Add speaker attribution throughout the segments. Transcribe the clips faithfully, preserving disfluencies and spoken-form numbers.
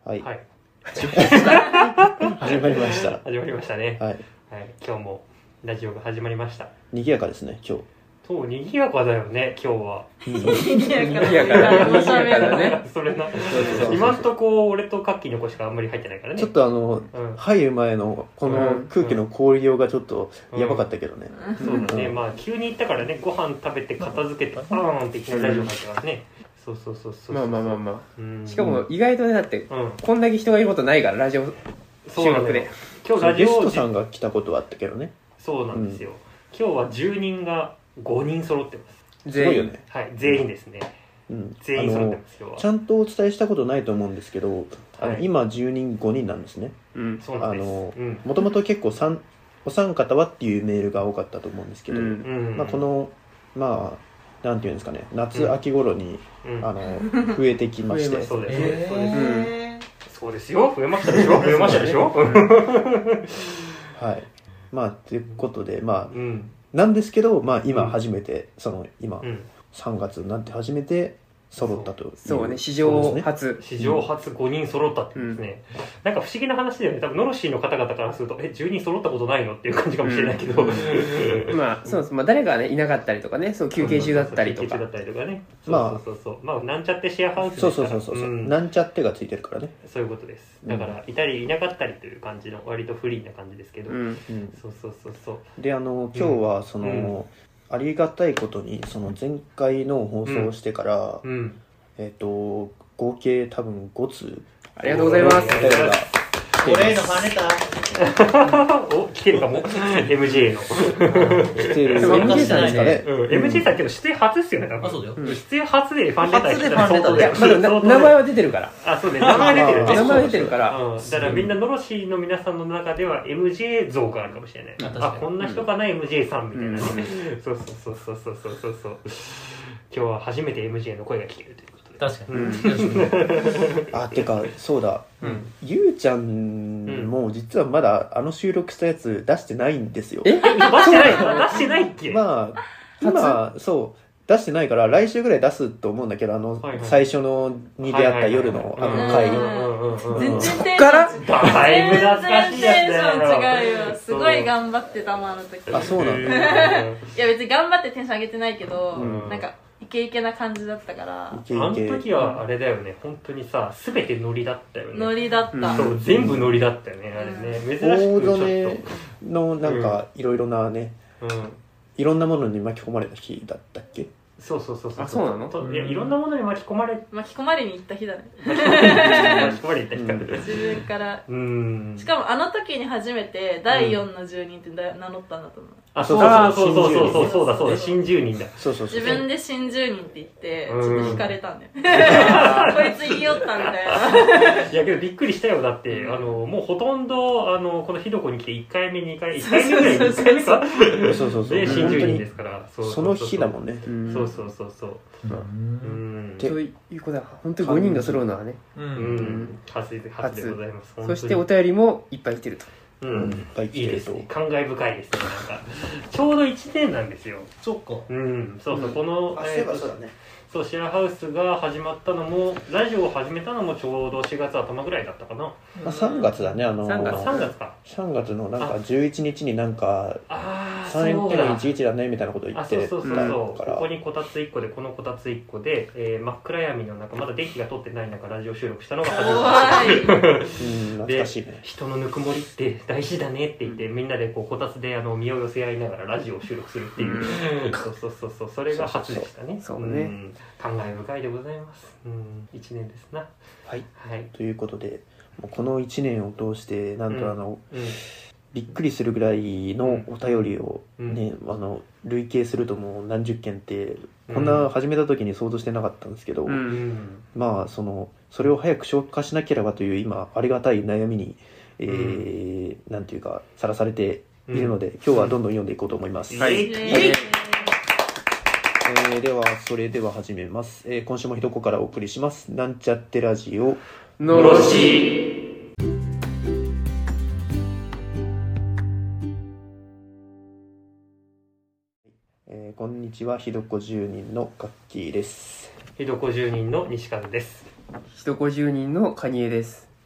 Speaker 1: はい、
Speaker 2: はい、
Speaker 1: 始まりました始まりました
Speaker 2: 始まりましたね、
Speaker 1: はい、
Speaker 2: はい、今日もラジオが始まりました。
Speaker 1: 賑やかですね今日。
Speaker 2: そう賑やかだよね今日は。
Speaker 3: 賑
Speaker 4: やかだ
Speaker 3: 賑やかだね
Speaker 2: それな
Speaker 1: そうそう
Speaker 2: 今んとこ俺とカッキーの子しかあんまり入ってないからね。
Speaker 1: ちょっとあの、
Speaker 2: うん、
Speaker 1: 入る前のこの空気の氷量がちょっとやばかったけどね、
Speaker 2: うん、そうだね、まあ急に行ったからね、ご飯食べて片付けてバーンっていきなりラジオ入ってますね。そうそうそうそう。
Speaker 4: まあまあまあまあ、
Speaker 2: うん、
Speaker 4: しかも意外とねだって、うん、こんだけ人がいることないからラジオ収録で。
Speaker 2: 今日ラジオ
Speaker 1: ゲストさんが来たことはあったけどね。
Speaker 2: そうなんですよ、うん、今日はじゅうにんがごにん揃ってます。
Speaker 1: すごいよね。
Speaker 2: はい、全員ですね、うん、全員揃ってます今日は。
Speaker 1: ちゃんとお伝えしたことないと思うんですけど、あの、はい、今じゅうにんごにんなんですね。
Speaker 2: うん、そうなんです。
Speaker 1: もともと結構さんお三方はっていうメールが多かったと思うんですけど、うん、まあ、このまあなんていうんですかね、夏、うん、秋頃に、うん、あの増えてきまして
Speaker 2: そうです、えー、そうです、うん、そうですよ、増えましたでしょ増えましたでしょ
Speaker 1: はい、まあということでまあ、
Speaker 2: うん、
Speaker 1: なんですけど、まあ今初めて、うん、その今、うん、さんがつになって初めて揃ったという。
Speaker 4: そうね、史上初、
Speaker 2: 史上初ごにん揃ったっていうですね、うん、なんか不思議な話だよね。多分ノロシーの方々からするとえじゅうにん揃ったことないのっていう感じかもしれないけど、
Speaker 4: うん、まあそうです、まあ、誰かねいなかったりとかね、そう休憩中だったりとか、
Speaker 2: 休憩中だったりとかね、そうそうそう、まあなんちゃってシェアハウスですから、
Speaker 1: そうそうそうそう、うん、なんちゃってがついてるからね。
Speaker 2: そういうことです。だからいたりいなかったりという感じの割とフリーな感じですけど、うん、そうそうそうそう。
Speaker 1: であの今日はその、うん、ありがたいことにその前回の放送をしてから、うんうん、えっ、ー、と合計多分ごつう
Speaker 4: ありがとうございます。
Speaker 3: お礼の跳ねた
Speaker 2: お、来てるかもエムジェー の
Speaker 1: 来てる エムジェー さんですかね、
Speaker 2: うん、エムジェー さんけど出演初ですよね多分。
Speaker 3: あ、そうだよ、
Speaker 2: うん、出演初でファンレター来たら
Speaker 3: 相当だよ。
Speaker 4: まだ名前は出てるから。
Speaker 2: あ、そうね、名前出てるね。
Speaker 4: 名前出てるから、
Speaker 2: うん、だからみんなノロシーの皆さんの中では エムジェー 像があるかもしれない。あ、こんな人かな、うん、エムジェー さんみたいなね、うん、そうそうそうそうそうそうそう。今日は初めて エムジェー の声が聞けるという。
Speaker 3: 確かに、うん、
Speaker 1: あ、てかそうだ、うん、ゆうちゃんも実はまだあの収録したやつ出してないんですよ。
Speaker 2: え、出してないの？出してないっけ？
Speaker 1: まあ今そう出してないから来週ぐらい出すと思うんだけど、あの、はいはい、最初のに出会った夜のあの回、
Speaker 3: 全然テンション
Speaker 4: から
Speaker 2: だいぶ懐かしいやつだよ。
Speaker 3: 全然テンション違うよ。すごい頑張ってたもんあの時。
Speaker 1: あ、そうなんだ。
Speaker 3: いや別に頑張ってテンション上げてないけど、うん、なんかイケイケな感じだったから。
Speaker 2: イケイケ、あの時はあれだよね、本当にさ、すべてノリだったよね。
Speaker 3: ノリだった。
Speaker 2: そう、全部ノリだったよね、あれね。珍しくちょっと。
Speaker 1: 大曽根のなんかいろいろなね、うん、いろんなものに巻き込まれた日だったっけ？
Speaker 2: そうそうそうそう。
Speaker 4: あ、そうなの？
Speaker 2: いや、いろんなものに巻き込まれ
Speaker 3: 巻き込まれに行った日だね。
Speaker 2: 巻き込まれに行った日か。
Speaker 3: 自分から。
Speaker 2: うん。
Speaker 3: しかもあの時に初めてだいよんの住人って名乗ったんだと思う。
Speaker 2: あ、そうそうそうそうそうそうそうだそうだ、新住人だ。
Speaker 1: そうそうそう。
Speaker 3: 自分で新住人って言ってちょっと惹かれたんだよ。こいつ言いよったみたいな。
Speaker 2: いやけどびっくりしたよ。だってあのもうほとんどあのこのひどこに来ていっかいめにかいいっかいめぐらいいっかいめか。
Speaker 1: そうそうそう。
Speaker 2: で新住人ですから。
Speaker 1: その日だもんね。
Speaker 2: そうそうそうそう。
Speaker 4: うん。ということは本当にごにんが揃うのはね。
Speaker 2: うん。初で初でございます。
Speaker 4: そしてお便りもいっぱい来てると。
Speaker 2: うん、いっぱいいいですね。感慨深いですね。なんかちょうどいちねんなんですよ。
Speaker 3: そっか。
Speaker 2: うん、そうそう、この
Speaker 1: あ、そういえばそうだね。
Speaker 2: そう、シェアハウスが始まったのもラジオを始めたのもちょうどしがつ頭ぐらいだったかな。
Speaker 1: まあ、さんがつだね。あの
Speaker 2: さんがつさんがつか。
Speaker 1: さんがつのなんかじゅういちにちになんかさんえんけんいちいちだねみたいなこと言って、
Speaker 2: そうそうそうそう。ここにこたついっこでこのこたついっこで、えー、真っ暗闇の中まだ電気が通ってない中ラジオ収録したのが初めて。
Speaker 1: うん、懐かしいね。
Speaker 2: 人のぬくもりって大事だねって言ってみんなでこうこたつであの身を寄せ合いながらラジオを収録するっていう。そうそうそうそう、それが初でしたね。
Speaker 4: そうね。
Speaker 2: 感慨深いでございます。うん、いちねんですな。
Speaker 1: はい、はい、ということでこのいちねんを通してなんとあの、うんうん、びっくりするぐらいのお便りをね、うん、あの累計するともう何十件ってこんな始めた時に想像してなかったんですけど、うん、まあそのそれを早く消化しなければという今ありがたい悩みに、えーうん、なんていうかさらされているので、今日はどんどん読んでいこうと思います。
Speaker 2: はい、
Speaker 1: えー、ではそれでは始めます、えー、今週もひどこからお送りしますなんちゃってラジオ
Speaker 4: のろし、
Speaker 1: えー、こんにちは、ひどこじゅうにんのガッキーです。
Speaker 2: ひどこじゅうにんの西和です。
Speaker 4: ひどこじゅうにんのカニエです。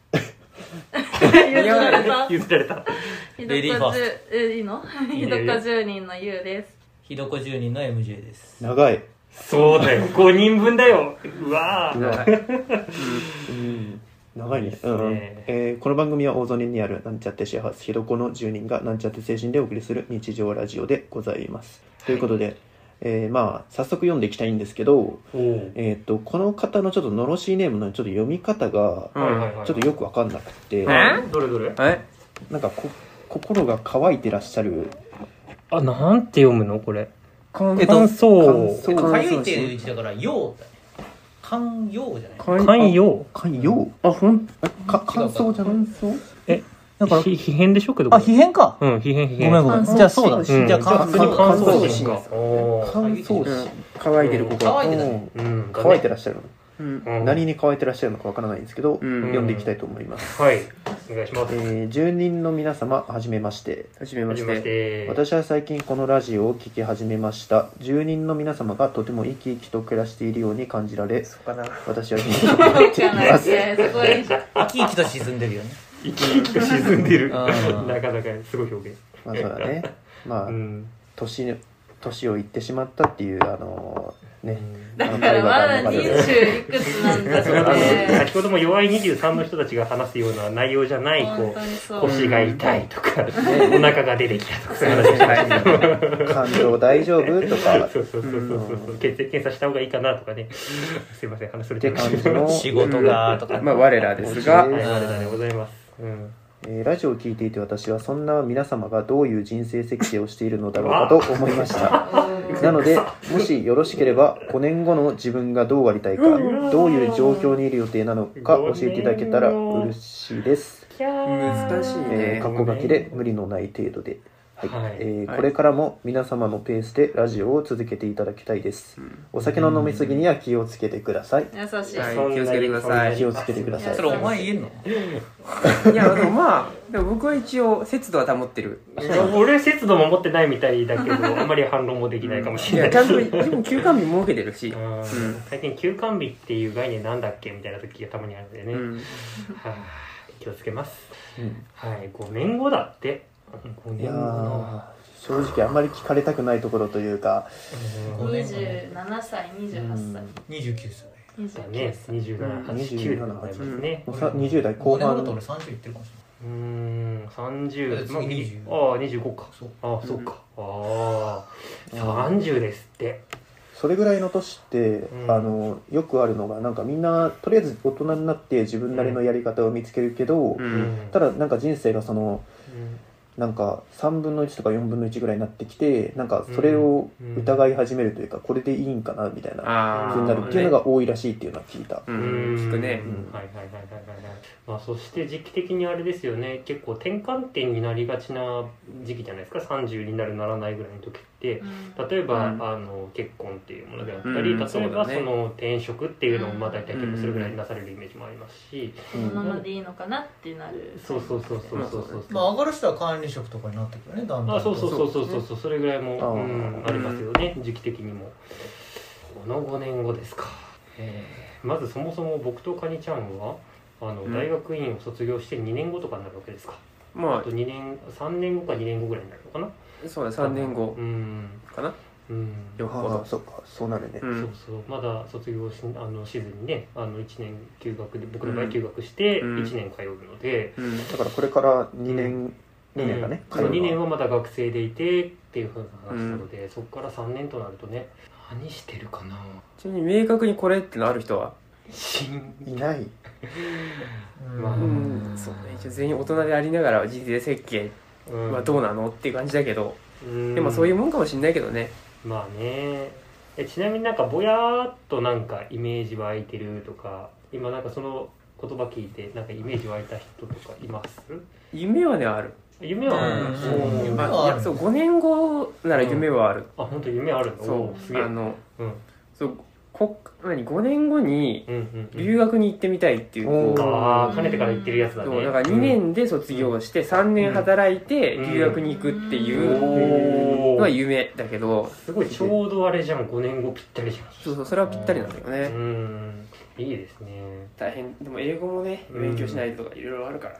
Speaker 3: 譲られた
Speaker 2: 譲られた
Speaker 3: ひどこじゅうえいいのひどこじゅうにんの ユウ です
Speaker 5: ひどこじゅうにんの エムジェー です
Speaker 1: 長い。
Speaker 2: そうだよごにんぶんだようわー
Speaker 1: うん長いね。
Speaker 2: いいっすね
Speaker 1: うんうんえーこの番組は大曽根にあるなんちゃってシェアハウスひどこのじゅうにんがなんちゃって精神でお送りする日常ラジオでございます。ということで、えーまあ早速読んでいきたいんですけど、
Speaker 2: おー
Speaker 1: えっとこの方のちょっとのろしいネームのちょっと読み方が
Speaker 2: はいはいはい
Speaker 1: ちょっとよくわかんなくて、
Speaker 4: え
Speaker 2: どれどれ
Speaker 4: え
Speaker 1: なんかこ心が乾いてらっしゃる
Speaker 2: あなんて読むのこれ
Speaker 4: 乾
Speaker 1: えっと
Speaker 2: 乾燥
Speaker 1: 乾燥
Speaker 5: かゆいっていう字だから陽だね肝陽じゃない
Speaker 2: 寛容
Speaker 1: 乾陽
Speaker 4: あほん
Speaker 1: えか乾燥じゃない
Speaker 2: え
Speaker 5: だから
Speaker 2: ひ皮変でしょけど
Speaker 5: あ皮変か
Speaker 2: うん皮変皮
Speaker 5: ご
Speaker 2: 変
Speaker 5: めんごめん
Speaker 3: 乾燥
Speaker 5: じゃあそうだ
Speaker 2: うん
Speaker 5: じゃあ乾
Speaker 2: 普通に乾燥
Speaker 1: 乾燥
Speaker 2: 心かおー
Speaker 1: 乾燥
Speaker 4: うん
Speaker 1: し
Speaker 4: 乾いてる子が
Speaker 5: 乾いてたね
Speaker 2: うん
Speaker 1: 乾いてらっしゃるの、
Speaker 4: うん
Speaker 2: うん
Speaker 1: 何に乾いてらっしゃるのかわからないんですけど、
Speaker 4: うん
Speaker 1: 読んでいきたいと思います、
Speaker 2: はいお願いします
Speaker 1: えー、住人の皆様はじめまして
Speaker 4: はじめまし
Speaker 2: はじめましてて
Speaker 1: 私は最近このラジオを聞き始めました。住人の皆様がとても生き生きと暮らしているように感じられ、
Speaker 4: そうかな
Speaker 1: 私は
Speaker 3: そうかないやそこはいいじゃん
Speaker 5: 生き生きと沈んでるよね
Speaker 2: 生き生きと沈んでる
Speaker 5: あー
Speaker 2: なかなかすごい表現
Speaker 1: まあそうだねまあ、
Speaker 2: うん
Speaker 1: 年年をいってしまったっていうあのね、
Speaker 3: だからまだにじゅういくつなんだそ
Speaker 2: あの
Speaker 3: れ
Speaker 2: 先ほども弱いにじゅうさんの人たちが話すような内容じゃないこ
Speaker 3: 本当にそう
Speaker 2: う腰が痛いとかお腹が出てきたとかそういう話をしてました
Speaker 1: 感情大丈夫とか
Speaker 2: そうそうそうそうそう血液検査した方がいいかなとかねすいません話それ
Speaker 1: って
Speaker 2: てました
Speaker 1: 感じの、
Speaker 5: 仕事がとか
Speaker 4: まあ我らですが
Speaker 1: うん
Speaker 2: はい我らでございますうん
Speaker 1: えーラジオを聞いていて私はそんな皆様がどういう人生設計をしているのだろうかと思いましたなのでもしよろしければごねんごの自分がどうありたいかどういう状況にいる予定なのか教えていただけたら嬉しいです、
Speaker 4: 難しいね
Speaker 1: えー、過去書きで無理のない程度で、はい
Speaker 2: はい
Speaker 4: はい
Speaker 1: えーこれからも皆様のペースでラジオを続けていただきたいです、お酒の飲み過ぎには気をつけてください、
Speaker 3: 優しい、
Speaker 4: はい気をつけてください
Speaker 1: 気をつけてください
Speaker 5: それお前言えんの
Speaker 4: いやでもまあでも僕は一応節度は保ってる
Speaker 2: 俺節度も持ってないみたいだけどあんまり反論もできないかもしれない
Speaker 4: いやちゃんとでも休館日設けてるし
Speaker 2: うん最近休館日っていう概念なんだっけみたいな時がたまにあるんでね、
Speaker 4: うん
Speaker 2: はあ、気をつけます、
Speaker 1: うん
Speaker 2: はいごねんごだってご
Speaker 1: いや
Speaker 2: ねんごの
Speaker 1: ー正直あんまり聞かれたくないところというか、
Speaker 2: うん
Speaker 3: にじゅうななさいにじゅうはっさい
Speaker 5: にじゅうきゅう歳
Speaker 3: にじゅうきゅう
Speaker 2: ね
Speaker 3: さい
Speaker 2: にじゅうなな、はち、きゅうでございますね
Speaker 1: もうさにじゅう代後
Speaker 5: ごねんごだと
Speaker 1: 半
Speaker 5: 俺さんじゅういってるかもし
Speaker 2: うーんさんじゅう
Speaker 5: 次
Speaker 2: まあ
Speaker 5: にじゅう
Speaker 2: ああにじゅうごか
Speaker 5: そう
Speaker 2: ああそうか、ああさんじゅうですって
Speaker 1: それぐらいの年って、
Speaker 2: うん
Speaker 1: あのよくあるのがなんかみんなとりあえず大人になって自分なりのやり方を見つけるけど、
Speaker 4: うん
Speaker 1: ただなんか人生がその
Speaker 2: うん
Speaker 1: なんかさんぶんのいちとかよんぶんのいちぐらいになってきてなんかそれを疑い始めるというかこれでいいんかなみたいな
Speaker 4: あ
Speaker 1: 風になるっていうのが多いらしいっていうのは聞いた、
Speaker 4: う
Speaker 2: うん
Speaker 4: ん聞くね
Speaker 1: うん
Speaker 2: はいはいはいはいはいはいまあそして時期的にあれですよね結構転換点になりがちな時期じゃないですかさんじゅうになるならないぐらいの時って
Speaker 3: うん
Speaker 2: 例えば、
Speaker 4: うん
Speaker 2: あの結婚っていうものであったり、
Speaker 4: うん
Speaker 2: 例えば
Speaker 4: そうだね
Speaker 2: その転職っていうのもまあ大体
Speaker 4: うん
Speaker 2: 結構それぐらいになされるイメージもありますし、
Speaker 3: このままでいいのかなってなる
Speaker 2: そうそうそうそうそうそう
Speaker 5: まあ上がる人は管理職とかになってくるねだんだん
Speaker 2: あそうそうそうそうそうそうそれぐらいも
Speaker 1: あー
Speaker 2: うんありますよね時期的にもこのごねんごですか、えーまずそもそも僕とカニちゃんはあの
Speaker 4: うん
Speaker 2: 大学院を卒業してにねんごとかになるわけですか、あ
Speaker 4: ま
Speaker 2: とにねんさんねんごかにねんごぐらいになるのかな
Speaker 4: あそうださんねんご
Speaker 2: うん
Speaker 4: かな
Speaker 2: うん
Speaker 4: よっぽど
Speaker 1: ああそっかそうなるね、
Speaker 4: うん
Speaker 2: そうそうまだ卒業しあのしずにねあのいちねん休学で僕の場合休学して
Speaker 4: うん
Speaker 2: いちねん通うので、
Speaker 4: うん
Speaker 1: だからこれからにねん、にねんがね、
Speaker 2: うん、そうにねん
Speaker 1: は
Speaker 2: はまだ学生でいてっていうふうな話なので、そこからさんねんとなるとね何してるかな
Speaker 4: ちなみに明確にこれってのある人は
Speaker 2: しん
Speaker 1: いない
Speaker 2: まあ
Speaker 4: うんそうね一応全員大人でありながら人生設計
Speaker 2: うん
Speaker 4: はどうなのっていう感じだけど
Speaker 2: うん
Speaker 4: でもそういうもんかもしんないけどね
Speaker 2: まあねえちなみになんかぼやーっとなんかイメージ湧いてるとか今なんかその言葉聞いてなんかイメージ湧いた人とかいます
Speaker 4: 夢はねある
Speaker 2: 夢はあるんだ
Speaker 5: うん
Speaker 2: うん
Speaker 5: 夢はある
Speaker 4: まあいやそうごねんごなら夢はある
Speaker 2: あ本当夢あるの
Speaker 4: そう
Speaker 2: おーすげえ
Speaker 4: あの
Speaker 2: うん
Speaker 4: そうこ何ごねんごに
Speaker 2: うんうんうん
Speaker 4: 留学に行ってみたいっていう
Speaker 1: おー
Speaker 4: こう
Speaker 2: ああかねてから言ってるやつだね
Speaker 4: そうだからにねんで卒業してさんねん働いて
Speaker 2: うん
Speaker 4: 留学に行くっていう
Speaker 2: おー
Speaker 4: のは夢だけど
Speaker 2: すごいちょうどあれじゃんごねんごぴったりじゃん
Speaker 4: そうそうそれはぴったりなんだよ
Speaker 2: う
Speaker 4: ね
Speaker 2: んいいですね
Speaker 4: 大変でも英語もね
Speaker 2: うん
Speaker 4: 勉強しないとかいろいろあるからね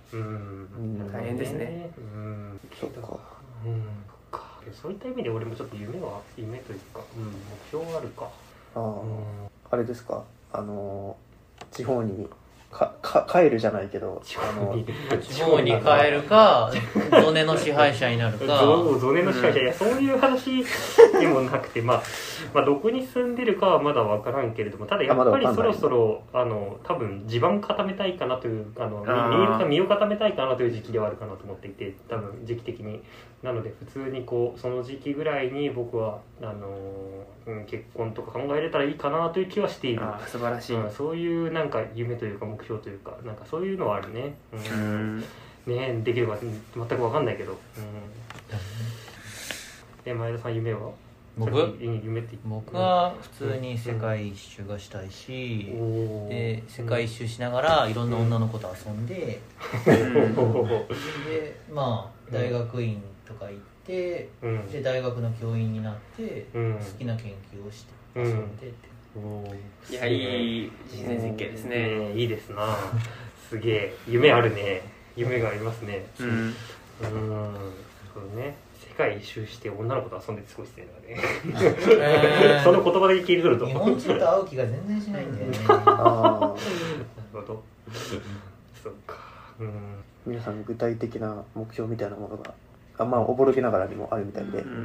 Speaker 2: うん、
Speaker 4: 大変ですね。
Speaker 2: うん、
Speaker 1: そっか。
Speaker 2: うん、そっか。そういった意味で俺もちょっと夢は夢というか、うん、目標があるか。
Speaker 1: ああ、
Speaker 2: うん、
Speaker 1: あれですか。あの地方にかか帰るじゃないけど、
Speaker 2: あの
Speaker 5: 地方に帰るかゾネの支配者になるか
Speaker 2: ゾゾネの支配者、うん、いやそういう話でもなくて、まあ、まあどこに住んでるかはまだ分からんけれども、ただやっぱりそろそろあの多分地盤固めたいかなというあの身を身を固めたいかなという時期ではあるかなと思っていて、多分時期的になので普通にこうその時期ぐらいに僕はあの、うん、結婚とか考えれたらいいかなという気はしている。
Speaker 4: あ素晴らしい、
Speaker 2: うん、そういうなんか夢というか目標というかなんかそういうのはあるね。うん、ねできれば全く分かんないけど。うん、え前田さん夢は？
Speaker 5: 僕
Speaker 2: 夢って
Speaker 5: 僕は普通に世界一周がしたいし、うん、で世界一周しながらいろんな女の子と遊んで、うん、でまあ大学院とか行って、うん、で大学の教員になって、うん、好きな研究をして遊んでって、
Speaker 4: うん、いやいい人生設計ですね。
Speaker 2: いいですな。すげえ夢あるね。夢がありますね。うん、うん、そうね。世界一周して女の子と遊んで過ごしてるんだね、えー、その言葉で切り取ると
Speaker 5: 日本人と会う気が全然しないんだよね。
Speaker 2: あなるほど。そっか、うん、
Speaker 1: 皆さん具体的な目標みたいなものがあまあおぼろげながらにもあるみたいで、うんうん、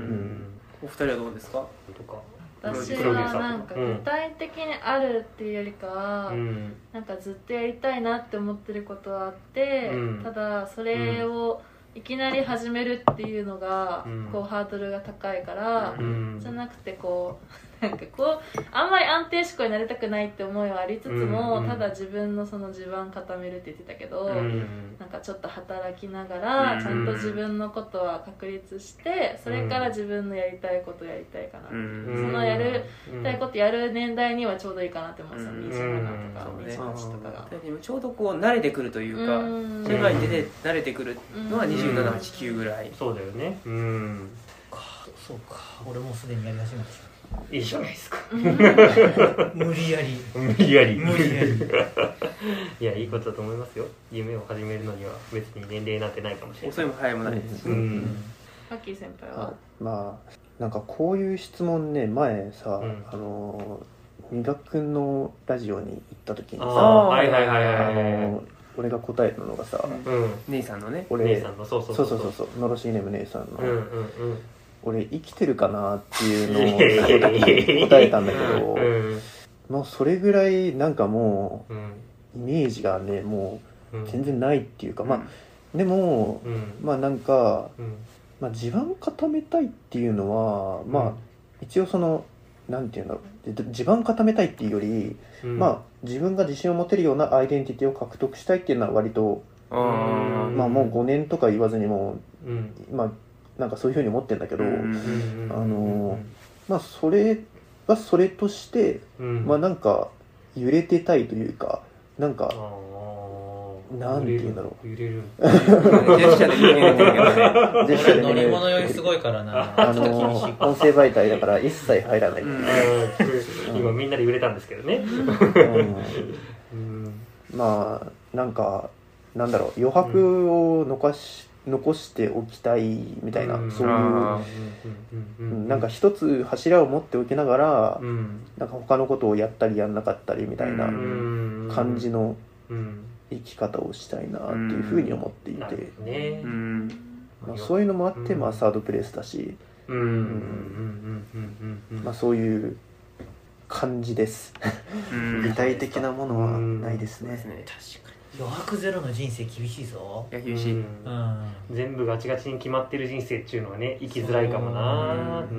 Speaker 4: お二人はどうですか？
Speaker 2: とか
Speaker 3: 私はなんか具体的にあるっていうよりかは、うん、なんかずっとやりたいなって思ってることはあって、うん、ただそれをいきなり始めるっていうのが、うん、こうハードルが高いから、うん、じゃなくてこうなんかこうあんまり安定志向になりたくないって思いはありつつも、うん、ただ自分のその地盤固めるって言ってたけど、うん、なんかちょっと働きながら、うん、ちゃんと自分のことは確立してそれから自分のやりたいことやりたいかな、うん、そのやるたいことやる年代にはちょうどいいかなって思うんですよ、にじゅうななとかにじゅうはちとかが
Speaker 4: ちょうどこう慣れてくるというか、社会に出て慣れてくるのはにじゅうなな、はち、きゅうぐらい。
Speaker 2: そうだよね。うん
Speaker 5: そうか、俺もすでにやり始めてしまう。
Speaker 2: いいじゃないですか。
Speaker 5: 無理やり
Speaker 2: 無理やり
Speaker 5: 無理やり
Speaker 2: いやいいことだと思いますよ。夢を始めるのには別に年齢なんてないかもしれない。
Speaker 4: 遅いも早いもないですし、うん、
Speaker 3: ハッキー先輩は
Speaker 1: まあなんかこういう質問ね前さ、うん、あの三浦くんのラジオに行った時にさ、
Speaker 2: はいはいはいはい、あの
Speaker 1: 俺が答えたのがさ、
Speaker 4: うん、姉さんのね
Speaker 1: 俺
Speaker 2: 姉さんのそうそうそうそうそう
Speaker 1: そうのろしいネーム姉さんの、
Speaker 2: うんうんうん、
Speaker 1: 俺生きてるかなっていうのを答えたんだけど、うん、もうそれぐらいなんかもうイメージがねもう全然ないっていうか、うん、まあでも、うん、まあなんか、うん、まあ、地盤固めたいっていうのは、うん、まあ一応そのなんていうんだろう、地盤固めたいっていうより、うん、まあ自分が自信を持てるようなアイデンティティを獲得したいっていうのは割と、うん、まあもうごねんとか言わずにもう、うん、まあなんかそういうふうに思ってるんだけど、あのまあそれはそれとして、うん、まあなんか揺れてたいというか、なんかなんていうんだろう、
Speaker 2: 揺れる
Speaker 4: ジェスチャーで揺れてるけどね、
Speaker 5: ジェスチャーで乗り物酔いすごいからな、
Speaker 1: あの音声媒体だから一切入らない、うん、
Speaker 2: 今みんなで揺れたんですけどね、
Speaker 1: うんうん、まあなんかなんだろう、余白を残し残しておきたいみたいな、うん、そういうなんか一つ柱を持っておきながら、うん、なんか他のことをやったりやんなかったりみたいな感じの生き方をしたいなっていうふうに思っていて、まあ、そういうのもあって、まあ、サードプレイスだし、まあそういう感じです具体的なものはないですね。
Speaker 5: 確かに余白ゼロの人生厳しいぞ。
Speaker 4: いや厳しい、うん、
Speaker 2: 全部ガチガチに決まってる人生っていうのはね生きづらいかもな。うん、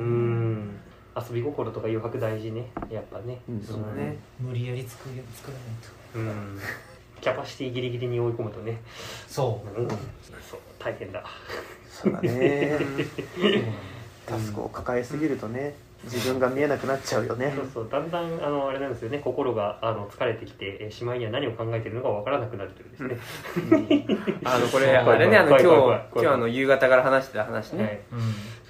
Speaker 2: 遊び心とか余白大事ね、やっぱね、
Speaker 4: うん、そうだね、
Speaker 5: 無理やり作る作らないと、
Speaker 2: うん、キャパシティギリギリに追い込むとね、
Speaker 5: そう、うん、
Speaker 2: そう大変だ。
Speaker 1: そうだねタスクを抱えすぎるとね、自分が見えなくなっちゃうよね。
Speaker 2: そうそう、だんだんあのあれなんですよね、心があの疲れてきて、えしまいには何を考えているのかわからなくなるというですね、
Speaker 4: うん、あのこれあれね、あの今日今日あの夕方から話してた話ね、はい、うん、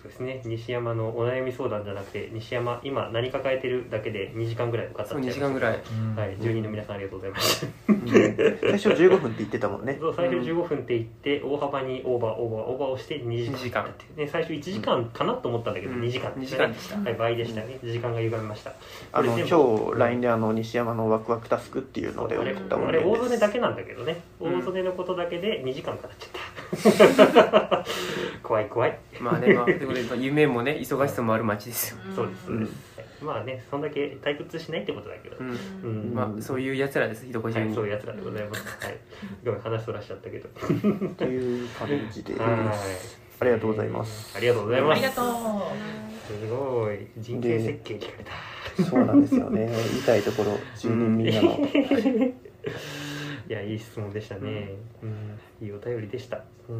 Speaker 2: そうですね、西山のお悩み相談じゃなくて、西山今何抱えてるだけでにじかんぐらいの方、
Speaker 4: そうにじかんぐらい、
Speaker 2: はい、住人の皆さんありがとうございました、
Speaker 1: うん、最初じゅうごふんって言ってたもんね。
Speaker 2: そう、最初じゅうごふんって言って大幅にオーバーオーバーオーバーをしてにじかんってね、最初いちじかんかなと思ったんだけど、うん、にじかんでしたね、はい、倍でしたね、時間が歪みました。
Speaker 1: あの今日 ライン であの西山のワクワクタスクっていうので送ったものです。
Speaker 2: あれ大曽根だけなんだけどね、大曽根のことだけでにじかんかかっちゃった怖い怖い。
Speaker 4: まあね、まあ、ということで夢もね忙しさもある街ですよ。
Speaker 2: そうですそうです、うん、まあね、そんだけ退屈しないってことだけど、うん
Speaker 4: うん、まあそういうやつらです、ひどこじゅうに、
Speaker 2: はい、そういうやつらでございます、はい、ごめん話そらしちゃったけど
Speaker 1: という感じで、はい、ありがとうございます。
Speaker 2: ありがとうございます。
Speaker 3: ありがとう。
Speaker 2: すごい人形設計聞かれた。
Speaker 1: そうなんですよね。言いたいところ住人みんなの。
Speaker 2: いや、いい質問でしたね。うん、いいお便りでした。うん、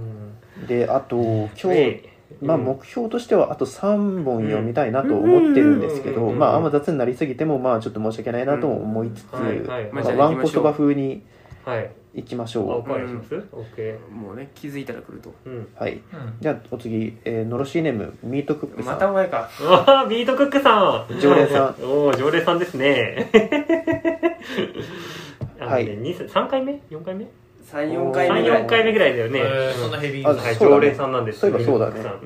Speaker 1: で、あと今日、まあ目標としてはあとさんぼん読みたいなと思ってるんですけど、まああんま雑になりすぎてもまあちょっと申し訳ないなと思いつつ、ワンコそば風にいきましょう。
Speaker 2: おかわりします？ OK。
Speaker 4: もうね、気づいたら来ると。
Speaker 1: はい。じゃあお次、えー、のろしネームミートクックさん。
Speaker 4: またお前か。
Speaker 2: ああ、ミートクックさん。
Speaker 1: 常連さん。
Speaker 2: おお、常連さんですね。
Speaker 1: はい。
Speaker 2: さんかいめ？よんかいめ？
Speaker 4: さん、よんかいめぐらい。
Speaker 2: さん、よんかいめぐらいだよね。
Speaker 5: そんなヘビーな。
Speaker 2: はい、常連さんなんです。
Speaker 1: そういえばそうだね。
Speaker 2: うん。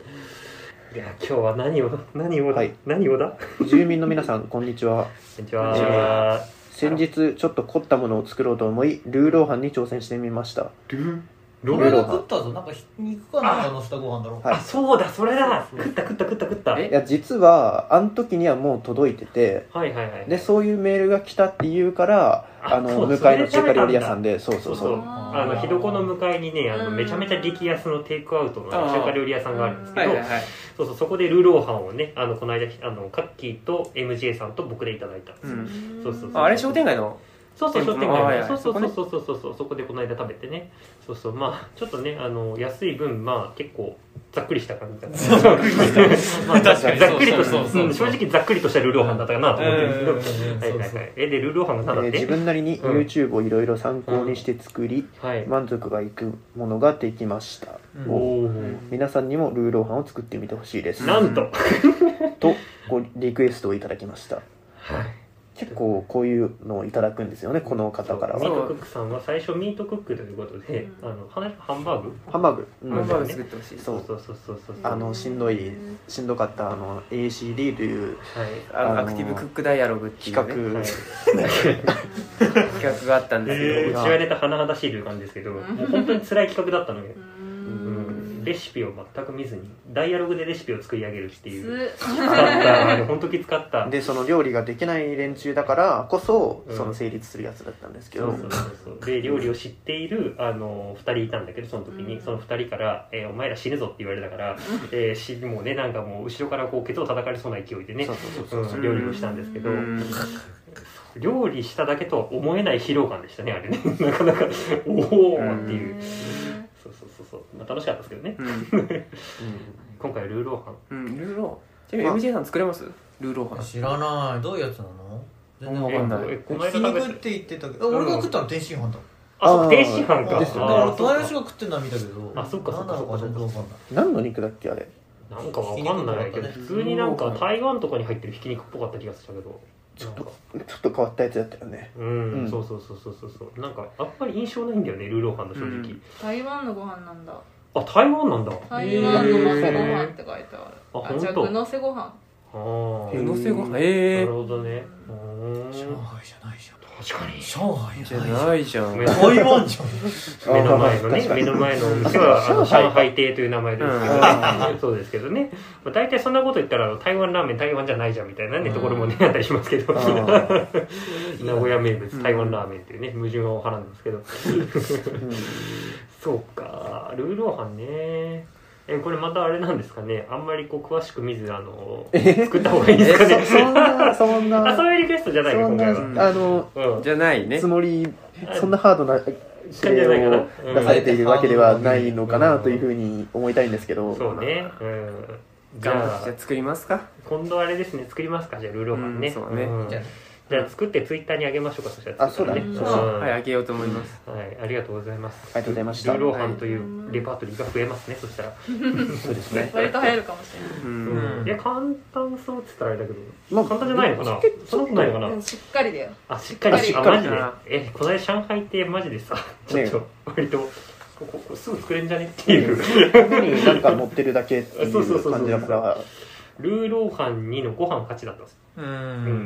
Speaker 2: いや、今日は何を何をだ、何をだ。
Speaker 1: 住民の皆さんこんにちは。
Speaker 2: こんにちは。
Speaker 1: 先日ちょっと凝ったものを作ろうと思いルーローハンに挑戦してみました。
Speaker 2: ルー
Speaker 5: ローハン食ったぞ。なんか肉かなんかのしたご飯だろ。
Speaker 2: あ、そうだ、それだ。食った食った食った食った。
Speaker 1: いや実はあの時にはもう届いてて、
Speaker 2: はいはいはい。
Speaker 1: でそういうメールが来たっていうから。あの向かいの中華料理屋さんで、そうそうそう、
Speaker 2: あの日床の向かいにね、あのめちゃめちゃ激安のテイクアウトの中華料理屋さんがあるんですけど、そうそう、そこでルーローハンをね、あのこの間あのカッキーと エムジェー さんと僕でいただいたんですよ。そうそうそう。
Speaker 4: あれ商店街の。
Speaker 2: そうそう商店街の。そうそうそうそうそうそう、そこでこの間食べてね。そうそう、まあちょっとね、あの安い分まあ結構ざっくりした感じだった。ざっくりとした正直ざっくりとしたルーローハンだったかなと思ってるんですけど、はいはいはい。えでルーローハンが何だって？
Speaker 1: 自分なりに YouTube をいろいろ参考にして作り、満足がいくものができました。皆さんにもルーローハンを作ってみてほしいです。
Speaker 2: なんと
Speaker 1: とごリクエストをいただきました。はい。結構こういうのをいただくんですよね、この方からは。
Speaker 2: ミートクックさんは最初ミートクックということで、うん、あのハンバーグ
Speaker 1: ハンバーグ、
Speaker 4: うん、ハンバーグ作ってほしい。
Speaker 2: そうそうそうそうそう。
Speaker 1: あのしんどいしんどかったあの エーシーディー という、
Speaker 4: はい、あのアクティブクックダイアログっていう、ね、
Speaker 1: 企画、
Speaker 4: はい、企画があったんですけど、
Speaker 2: うちはネタ甚だしいという感じですけど、もう本当に辛い企画だったのよ。レシピを全く見ずにダイアログでレシピを作り上げるっていうきつかったあれ本当きつかった
Speaker 1: でその料理ができない連中だからこそ、うん、その成立するやつだったんですけど、
Speaker 2: そうそうそうそうで料理を知っているあのふたりいたんだけどその時に、うん、そのふたりから、えー、お前ら死ぬぞって言われたから、えー、しもうねなんかもう後ろからこうケツを叩かれそうな勢いでね料理をしたんですけど、料理しただけとは思えない疲労感でしたねあれねなかなかおおっていう。そうそうそうそう、まあ、楽しかったですけどね、うんうん、今回ルーローハン、
Speaker 4: うん、ルーローちなみに エムジェー さん作れます？ルーローハン
Speaker 5: 知らない。どういうやつなの？
Speaker 4: 全然わかんない。
Speaker 5: ひき肉って言ってたけど俺が食ったの天津飯だ。
Speaker 2: あ、そう天津飯か。
Speaker 5: ですよね。俺隣の人が食ってるのは見たけど、
Speaker 2: あ、そっかそっかそっかそっか。
Speaker 1: 何の肉だっけあれ？
Speaker 2: なんかわかんないけど普通になんか台湾とかに入ってるひき肉っぽかった気がしたけど
Speaker 1: ちょっとちょっと変わったやつだったよね。
Speaker 2: うん、うん、そうそうそうそうそうそうなんかあんまり印象ないんだよねルーローハンの正直、うん、
Speaker 3: 台湾のご飯なんだ。
Speaker 2: あ、台湾なんだ。
Speaker 3: 台湾ののせご飯って書いてある。
Speaker 2: あ、
Speaker 3: あ、じゃあ具のせご飯。
Speaker 2: ああ、
Speaker 4: 具のせご飯。ええー。
Speaker 2: なるほどね。
Speaker 5: 上海じゃないじゃん。
Speaker 2: 確かに。
Speaker 5: 上海
Speaker 4: じゃないじゃん。
Speaker 5: 台湾じゃん。
Speaker 2: 目の前のね、目の前のお店はあの上海亭という名前ですけどね。そうですけどね。まあ大体そんなこと言ったら台湾ラーメン台湾じゃないじゃんみたいなねところもねあったりしますけど。名古屋名物台湾ラーメンっていうね矛盾をはらんですけど。そうか、ルーローハンね。え、これまたあれなんですかね。あんまりこう詳しく見ずあの作った方がいいですかね。
Speaker 1: そんなそんな
Speaker 2: あ、そういうリクエストじゃないか今回は。
Speaker 1: あの、
Speaker 2: うん、
Speaker 4: じゃないね。
Speaker 1: つもりそんなハードな指令を出されているわけではないのかなというふうに思いたいんですけど。
Speaker 2: そうね。うん。
Speaker 4: じゃあじゃあ作りますか。
Speaker 2: 今度あれですね。作りますか。じゃあルーローハンね。
Speaker 4: そうね。じゃあ
Speaker 2: じゃあ作ってツイッターにあげましょうか。そしたら
Speaker 1: あ、そうだね。
Speaker 4: はい、あげようと思います。
Speaker 2: はい、ありがとうございます。
Speaker 1: ありがとうございました。
Speaker 2: ルーローハンというレパートリーが増えますね。そしたら
Speaker 1: そうですね。
Speaker 3: 割と流行るかもしれない。
Speaker 2: うん。いや簡単そうって言ったらあれだけど、まあ簡単じゃないのかな。そんなことないのかな。
Speaker 3: しっかりだよ。
Speaker 2: あ、しっかりしっかり。マジで。え、この間上海ってマジでさ、ちょっと割と。ここすぐ作れんじゃねっていう
Speaker 1: 上になんか乗ってるだけっていう感じだから
Speaker 2: ルーローハンにのご飯勝ちだったんです。
Speaker 5: うん、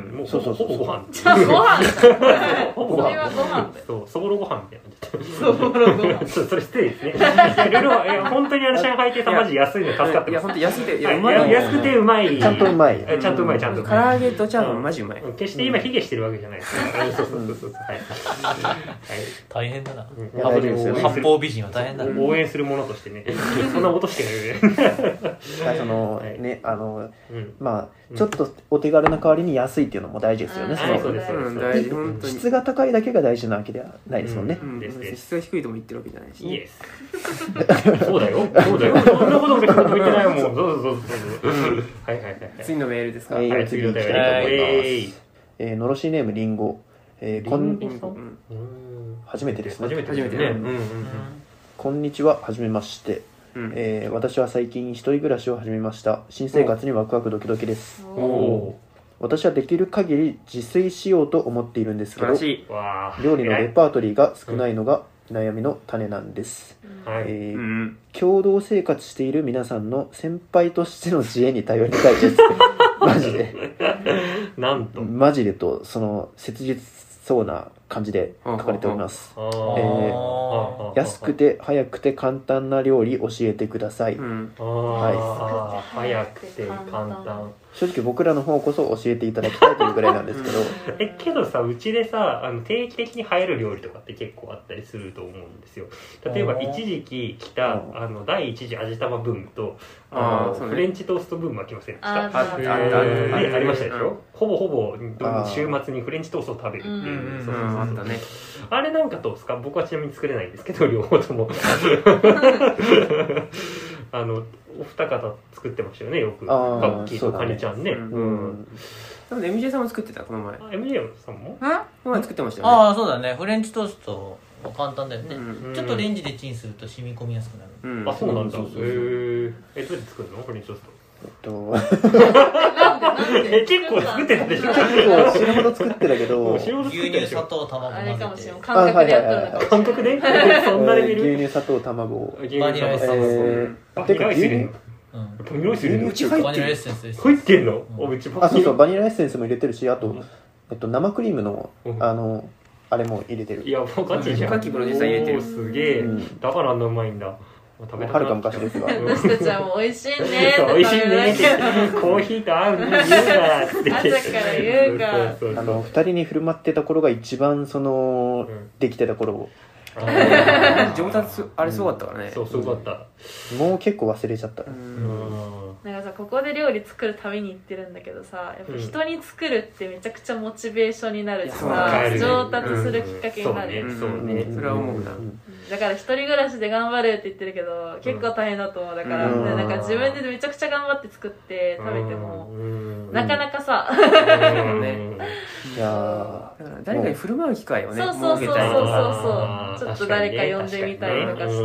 Speaker 2: もうほぼご飯。
Speaker 3: じゃあご飯。
Speaker 2: ほぼ
Speaker 3: それはご飯。
Speaker 2: そう、そぼろご飯みたい
Speaker 3: な。そぼろご飯。
Speaker 2: それ失礼ですね。ルーローハン、いや本当にあの上海亭さんマジ安いの助かってます。
Speaker 4: いや本当安くて、いやうまい。
Speaker 2: 安くてうまい。
Speaker 1: ちゃんとうまい。
Speaker 2: ちゃんとうまいちゃんと。
Speaker 4: 唐揚げとチャーハンマジうまい。
Speaker 2: 決して今卑下してるわけじゃないです。そうそうそうそう。はい。
Speaker 5: 大変だな。
Speaker 1: 八
Speaker 5: 方美人は大変だ。
Speaker 2: 応援するものとしてね。そんなことしてるね。
Speaker 1: そのねあのまあちょっとお手軽な代わりに安いっていうのも大事ですよね。
Speaker 2: そうですそうです。
Speaker 4: 本当に
Speaker 1: 質が高いだけが大事なわけではないですもんね。
Speaker 4: 質が低いとも言ってるわけじゃないし。
Speaker 2: イエス。そうだよ。そうだよ。そんなこと別に言ってないもん。そうそうそうそう。はいはいはい。
Speaker 4: 次のメールですか。
Speaker 1: はい次のメールです。えのろしネームリンゴ。えこん初めてですね。
Speaker 2: 初めてですね。
Speaker 1: こんにちは、はじめまして。うんえー、私は最近一人暮らしを始めました。新生活にワクワクドキドキです。お私はできる限り自炊しようと思っているんですけど、料理のレパートリーが少ないのが悩みの種なんです、うんえーうん、共同生活している皆さんの先輩としての知恵に頼りたいですマジで
Speaker 2: なんと
Speaker 1: マジでとその切実そうな感じで書かれております、えー、安くて早くて簡単な料理教えてください、うん、
Speaker 2: はい、早くて簡単
Speaker 1: 正直僕らの方こそ教えていただきたいというぐらいなんですけど
Speaker 2: えけどさうちでさあの定期的に流行る料理とかって結構あったりすると思うんですよ。例えば一時期来たあの第一次味玉ブームとあの、ね、フレンチトーストブームは来ませんでした？ああありましたでしょ、うん、ほぼほぼ週末にフレンチトーストを食べるっていうそうそうそうそうあれなんかどうですか？僕はちなみに作れないんですけど両方ともあのお二方作ってましたよねよく。カッキーとカニちゃんね。
Speaker 4: 多分 エムジェー さんも作ってたこの前。
Speaker 2: あ エムジェー さんも？
Speaker 4: この前作ってましたよね。
Speaker 5: ああそうだね。フレンチトーストは簡単だよね、うん、ちょっとレンジでチンすると染み込みやすくなる、
Speaker 2: うん、あそうなんだ。へええどうやって作るのフレンチトースト？
Speaker 1: えっと
Speaker 2: え結構作ってたでしょ。
Speaker 1: 結構死ぬほど作ってたけど
Speaker 5: 牛乳砂糖卵
Speaker 3: あれかもしれない感覚でやったのか
Speaker 2: 感覚でそんなレベル。
Speaker 1: 牛乳砂糖卵
Speaker 5: バニラエッセンス
Speaker 2: バニラエッセンスバニラエッセンス
Speaker 5: うち入ってる
Speaker 2: 入ってんの？
Speaker 1: あそうそうバニラエッセンスも入れてるしあとえっと生クリームのあのあれも入れてる。
Speaker 2: いやもうガチじゃん。
Speaker 4: ガチプロデューサー入れてる。
Speaker 2: すげえだからあんなうまいんだ。
Speaker 1: 食べたはるか昔ですが
Speaker 3: 私たちはもう美味しいね
Speaker 2: 美味しいねってコーヒーと合うね言うからって
Speaker 3: 朝から言うか
Speaker 1: あのふたりに振る舞ってた頃が一番その、うん、できてた頃
Speaker 4: 上達あれすごかったからね。
Speaker 2: そうすごかった。
Speaker 1: もう結構忘れちゃった。
Speaker 3: なんかさここで料理作るために行ってるんだけどさやっぱ人に作るってめちゃくちゃモチベーションになるしさ、うん、上達するきっかけになる、
Speaker 2: うん、そうね、そうね、
Speaker 4: それは思うな、うん、
Speaker 3: だから一人暮らしで頑張るって言ってるけど結構大変だと思う。だから、うん、なんか自分でめちゃくちゃ頑張って作って食べても、うん、なかなかさ、
Speaker 4: うんね、
Speaker 1: いや
Speaker 4: だから誰かに振る舞う機会をね
Speaker 3: そうそうそうそうそうそうちょっと誰か呼んでみたりとかして、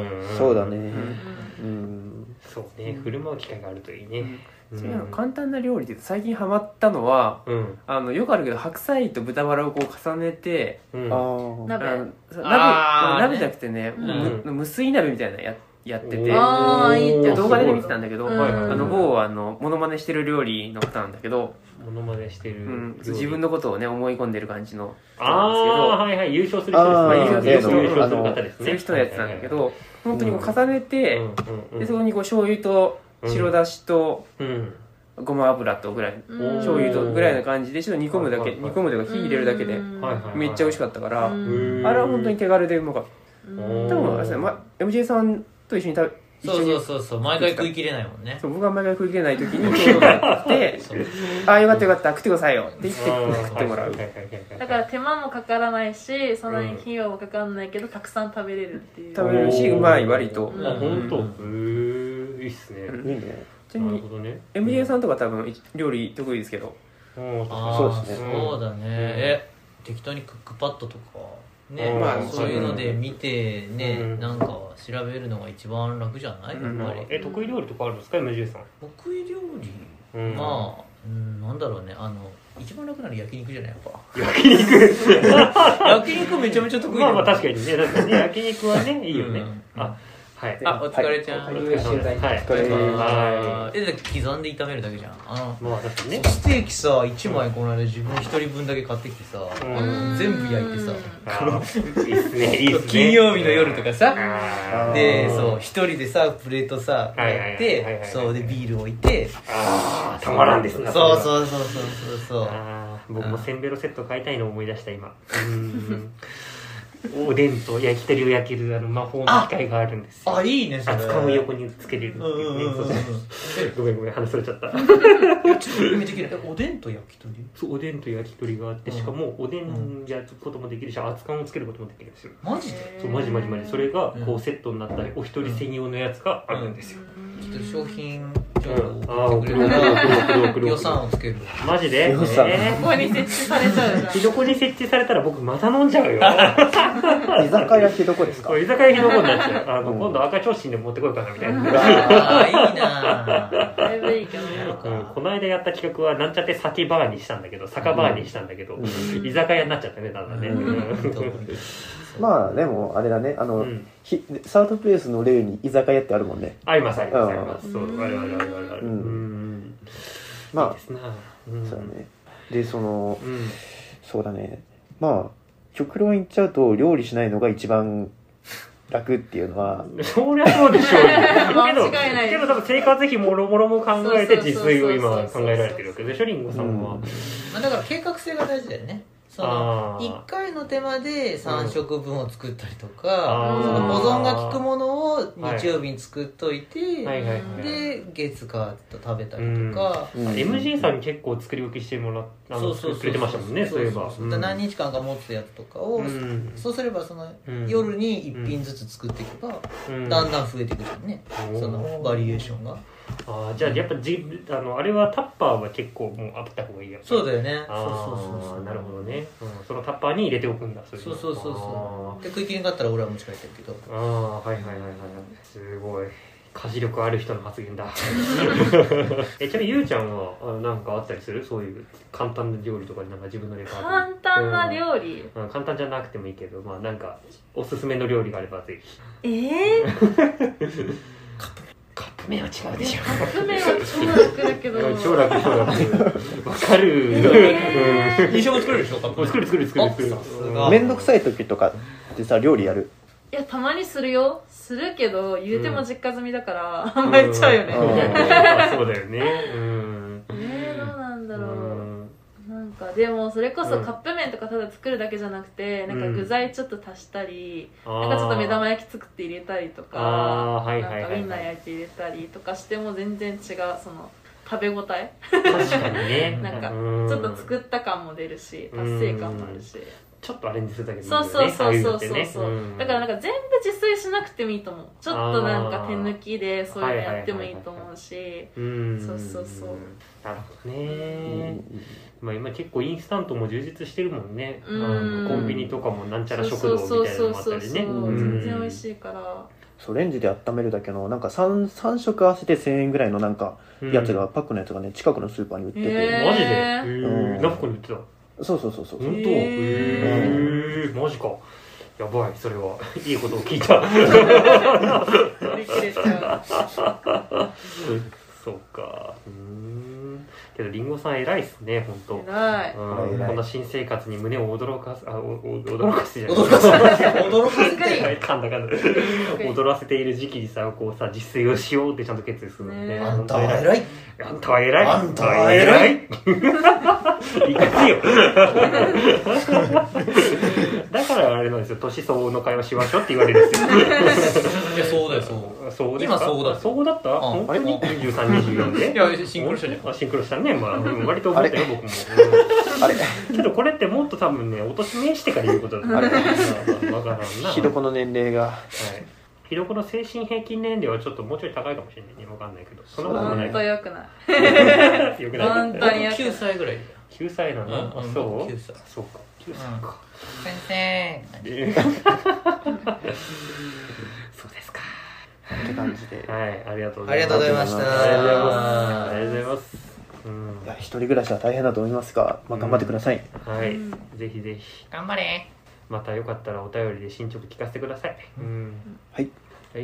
Speaker 1: そうだね、
Speaker 2: うんそうね、振る舞う機会があるといいね、
Speaker 4: うん、簡単な料理で最近ハマったのは、うん、あのよくあるけど白菜と豚バラをこう重ねて、うん、
Speaker 3: あ鍋
Speaker 4: 鍋鍋じゃなくてね、うん、無水鍋みたいなの や, やってて
Speaker 3: あいいって
Speaker 4: 動画で見てたんだけど、うん、あの某あのモノマネしてる料理の方なんだけど
Speaker 2: モノマネしてる、うん、
Speaker 4: 自分のことをね思い込んでる感じの
Speaker 2: 人なんですけど、あはいはい優勝する人ですね。優勝する方ですね。
Speaker 4: そういう人のやつなんだけど、本当にこう重ねて、でそこにこう醤油と白だしと、ごま油とぐらい、醤油とぐらいの感じでちょっと煮込むだけ、煮込むというか火入れるだけでめっちゃ美味しかったから、あれは本当に手軽でうまかった。多分あれですね、ま、エムジェー さんと一緒に食べ
Speaker 5: そうそうそうそう毎回食い切れないもんね。
Speaker 4: そう僕が毎回食い切れない時に今日が来てああよかったよかった食ってくださいよって言って食ってもらう。
Speaker 3: だから手間もかからないしそんなに費用もかからないけど、うん、たくさん食べれるっていう
Speaker 4: 食べれるしうまい割と、
Speaker 2: うん、あ本当、うん、へえいいっすね、
Speaker 1: うん、いいね。
Speaker 4: ちなみに、ね、エムジェー さんとか多分料理得意ですけど
Speaker 1: そうですね。
Speaker 5: そうだね。え、適当にクックパッドとかね、
Speaker 4: まあ
Speaker 5: そういうので見てね、
Speaker 2: うん、
Speaker 5: なんか調べるのが一番楽じゃない？やっぱり。
Speaker 2: え、得意料理とかあるんですか、エムジェー さん？
Speaker 5: 得意料理、うん、まあ、うん、なんだろうね、あの一番楽なの焼肉じゃない、やっぱ。
Speaker 2: 焼肉
Speaker 5: 焼肉めちゃめちゃ得意だ。
Speaker 2: まあまあ確かにね、なんかね、焼肉はね、いいよね。うん、あ、はい。
Speaker 4: あ、お疲れちゃん。
Speaker 2: お疲れ様です。はい。
Speaker 4: お疲れ様。
Speaker 5: はい。え、だって刻んで炒めるだけじゃん。あ
Speaker 2: の、まあ確かにね。
Speaker 5: ステーキさ、いちまいこの間自分一人分だけ買ってきてさ、全部焼いてさ、
Speaker 2: いいっすね、いいっすね。
Speaker 5: 金曜日の夜とかさ、で、そう、一人でさ、プレートさ、やって、そう、で、ビール置いて、
Speaker 2: あー、たまらんですね。
Speaker 5: そうそうそうそうそう。
Speaker 2: あー、僕もせんべろセット買いたいのを思い出した、今。うん。おでんと焼き鳥を焼けるあの魔法の機械があるんですよ。
Speaker 5: あ、いいね、それ。
Speaker 2: 熱燗を横につけれるっていうね。ごめんごめん、話それちゃった。
Speaker 5: ちょっとイメージできない。おでんと焼き鳥？
Speaker 2: そう、おでんと焼き鳥があって、しかもおでん焼くこともできるし、熱燗をつけることもできるんですよ。
Speaker 5: マジで？
Speaker 2: そう、マジマジマジ。それがこうセットになったり、お一人専用のやつがあるんですよ。
Speaker 5: ちょっと商品情報を送ってくれたら予算をつける。
Speaker 2: マジで？
Speaker 3: ここに設置されちゃうじゃん。
Speaker 2: ひどこに設置されたら僕また飲んじゃうよ。
Speaker 1: 居酒屋ひどこですか？
Speaker 2: 居酒屋ひどこになっちゃう。あの、今度赤ちょうちんで持ってこいかなみたいな。
Speaker 5: ああ、いいなぁ。
Speaker 3: だいぶいいけどね。
Speaker 2: この間やった企画はなんちゃって酒バーにしたんだけど、酒バーにしたんだけど、居酒屋になっちゃったね、だんだんね。
Speaker 1: まあでもあれだね、あの、サードプレイスの例に居酒屋ってあるもんね。
Speaker 2: ありますありますあります。そう、あるあるあるあるある。
Speaker 1: まあ、そうだね。で、その、そうだね。まあ、極論言っちゃうと料理しないのが一番楽っていうのは
Speaker 2: そりゃそうでしょうよ。
Speaker 3: 間違いない
Speaker 2: けど多分生活費もろもろも考えて自炊を今考えられてるわけでしょ、リンゴさんは。
Speaker 5: まあだから計画性が大事だよね。そのいっかいの手間でさん食分を作ったりとか、その保存が効くものを日曜日に作っといて、で月火と食べたりとか、
Speaker 2: うん、エムジー さんに結構作り置きしてもらってくれてましたもんね。そういえば
Speaker 5: 何日間か持つやつとかを、うん、そうすればその、うん、夜にいっぴんずつ作っていけば、うん、だんだん増えていくじゃんね、うん、そのバリエーションが。
Speaker 2: ああ、じゃあやっぱじあのあれはタッパーは結構もうあった方がいいや。
Speaker 5: そうだよね。
Speaker 2: あそうそうそうそう。なるほどね、うん。そのタッパーに入れておくんだ。
Speaker 5: そうそうそうそう。で食い切りになったら俺は持ち帰ってるけど。
Speaker 2: ああ、はいはいはいはい。すごい家事力ある人の発言だ。え、ちなみにゆうちゃんはあのなんかあったりする？そういう簡単な料理とかになんか自分のレパートリー。
Speaker 3: 簡単な料理、
Speaker 2: うんうん？簡単じゃなくてもいいけど、まあなんかおすすめの料理があればぜひ。
Speaker 3: ええー。
Speaker 2: カップ麺は違うでしょ。
Speaker 3: カップ麺は超楽だけど。
Speaker 2: 超楽超楽。わかる。
Speaker 5: えー、一緒も作れるでしょ。
Speaker 2: 作る作る作る作る。
Speaker 1: めんどくさい時とかってさ料理やる？
Speaker 3: いやたまにするよ。するけど言うても実家済みだから、うん、あんまり言っちゃうよね。
Speaker 2: そうだよね。うん。
Speaker 3: えー、どうなんだろう。なんかでもそれこそカップ麺とかただ作るだけじゃなくて、なんか具材ちょっと足したり、なんかちょっと目玉焼き作って入れたりとか、なんかウインナー焼いて入れたりとかしても全然違うその食べ応え。
Speaker 2: 確かにね。
Speaker 3: なんかちょっと作った感も出るし、達成感もあるし。
Speaker 2: ちょっとアレンジするだけでいい
Speaker 3: よね。そうそうそうそうそうそう、うん、だからなんか全部自炊しなくてもいいと思う。ちょっとなんか手抜きでそういうのやってもいいと思うし、そうそうそう。
Speaker 2: なるほどね。まあ今結構インスタントも充実してるもんね。うん、コンビニとかもなんちゃら食堂みたいなのもあったりね。
Speaker 3: 全然美味しいから。
Speaker 1: そうレンジで温めるだけのなんか 3, 3食合わせてせんえんぐらいのなんかやつが、うん、パックのやつがね近くのスーパーに売ってて、
Speaker 2: マジで？うん、何個に売ってた？
Speaker 1: そうそうそうそう。
Speaker 2: 本当？へえ、マジか。やばい、それはいいことを聞いた。
Speaker 3: びっくりしちゃう。
Speaker 2: そうか。うーん。けどリンゴさん偉いっすね、本当。
Speaker 3: 偉い。
Speaker 2: うん、こんな新生活に胸を驚かす、あ、おお驚かすじゃない。
Speaker 5: 驚かす。驚かせ
Speaker 2: て。噛んだ噛んだ。踊らせている時期にさ、こうさ、実践をしようってちゃんと決意するのね。
Speaker 5: あんたは偉い。
Speaker 2: あんたは偉い。
Speaker 5: あんたは偉い。
Speaker 2: いかつよ。だからあれなんですよ、年相応の会話しましょうって言われるんですよ。
Speaker 5: いや、そうだよ、そう。
Speaker 2: そうですか？今そうだ。そうだった？本当ににじゅうさん、にじゅうよんで？
Speaker 5: いや、シンクロしたじゃん。
Speaker 2: シンクロしたね。まあ、割と思ったよ、僕も。あれけどこれってもっと多分ね、お年めしてから言うことだと思う。わからんな。
Speaker 1: ひどこの年齢が。はい。
Speaker 2: ひどこの精神平均年齢はちょっともうちょい高いかもしれないね。わかんないけど。そんなこともない。
Speaker 3: 本当良くない。
Speaker 2: よくない。
Speaker 3: 本当に
Speaker 5: きゅうさいぐらい。
Speaker 2: きゅうさいなの、うん、あそう
Speaker 5: きゅうさい
Speaker 2: そうかきゅうさいか、
Speaker 5: うん、先生
Speaker 2: そうですか
Speaker 1: って感じで、
Speaker 2: はい、ありがとうご
Speaker 5: ざいました。ありがとうございました。
Speaker 2: ありがとうございます。ありがとうございます。うん、
Speaker 1: いや一人暮らしは大変だと思いますが、まあ、頑張ってください、
Speaker 2: うん、はい、うん、ぜひぜひ
Speaker 5: 頑張れ。
Speaker 2: またよかったらお便りで進捗聞かせてください、うん、
Speaker 1: はい
Speaker 2: はい。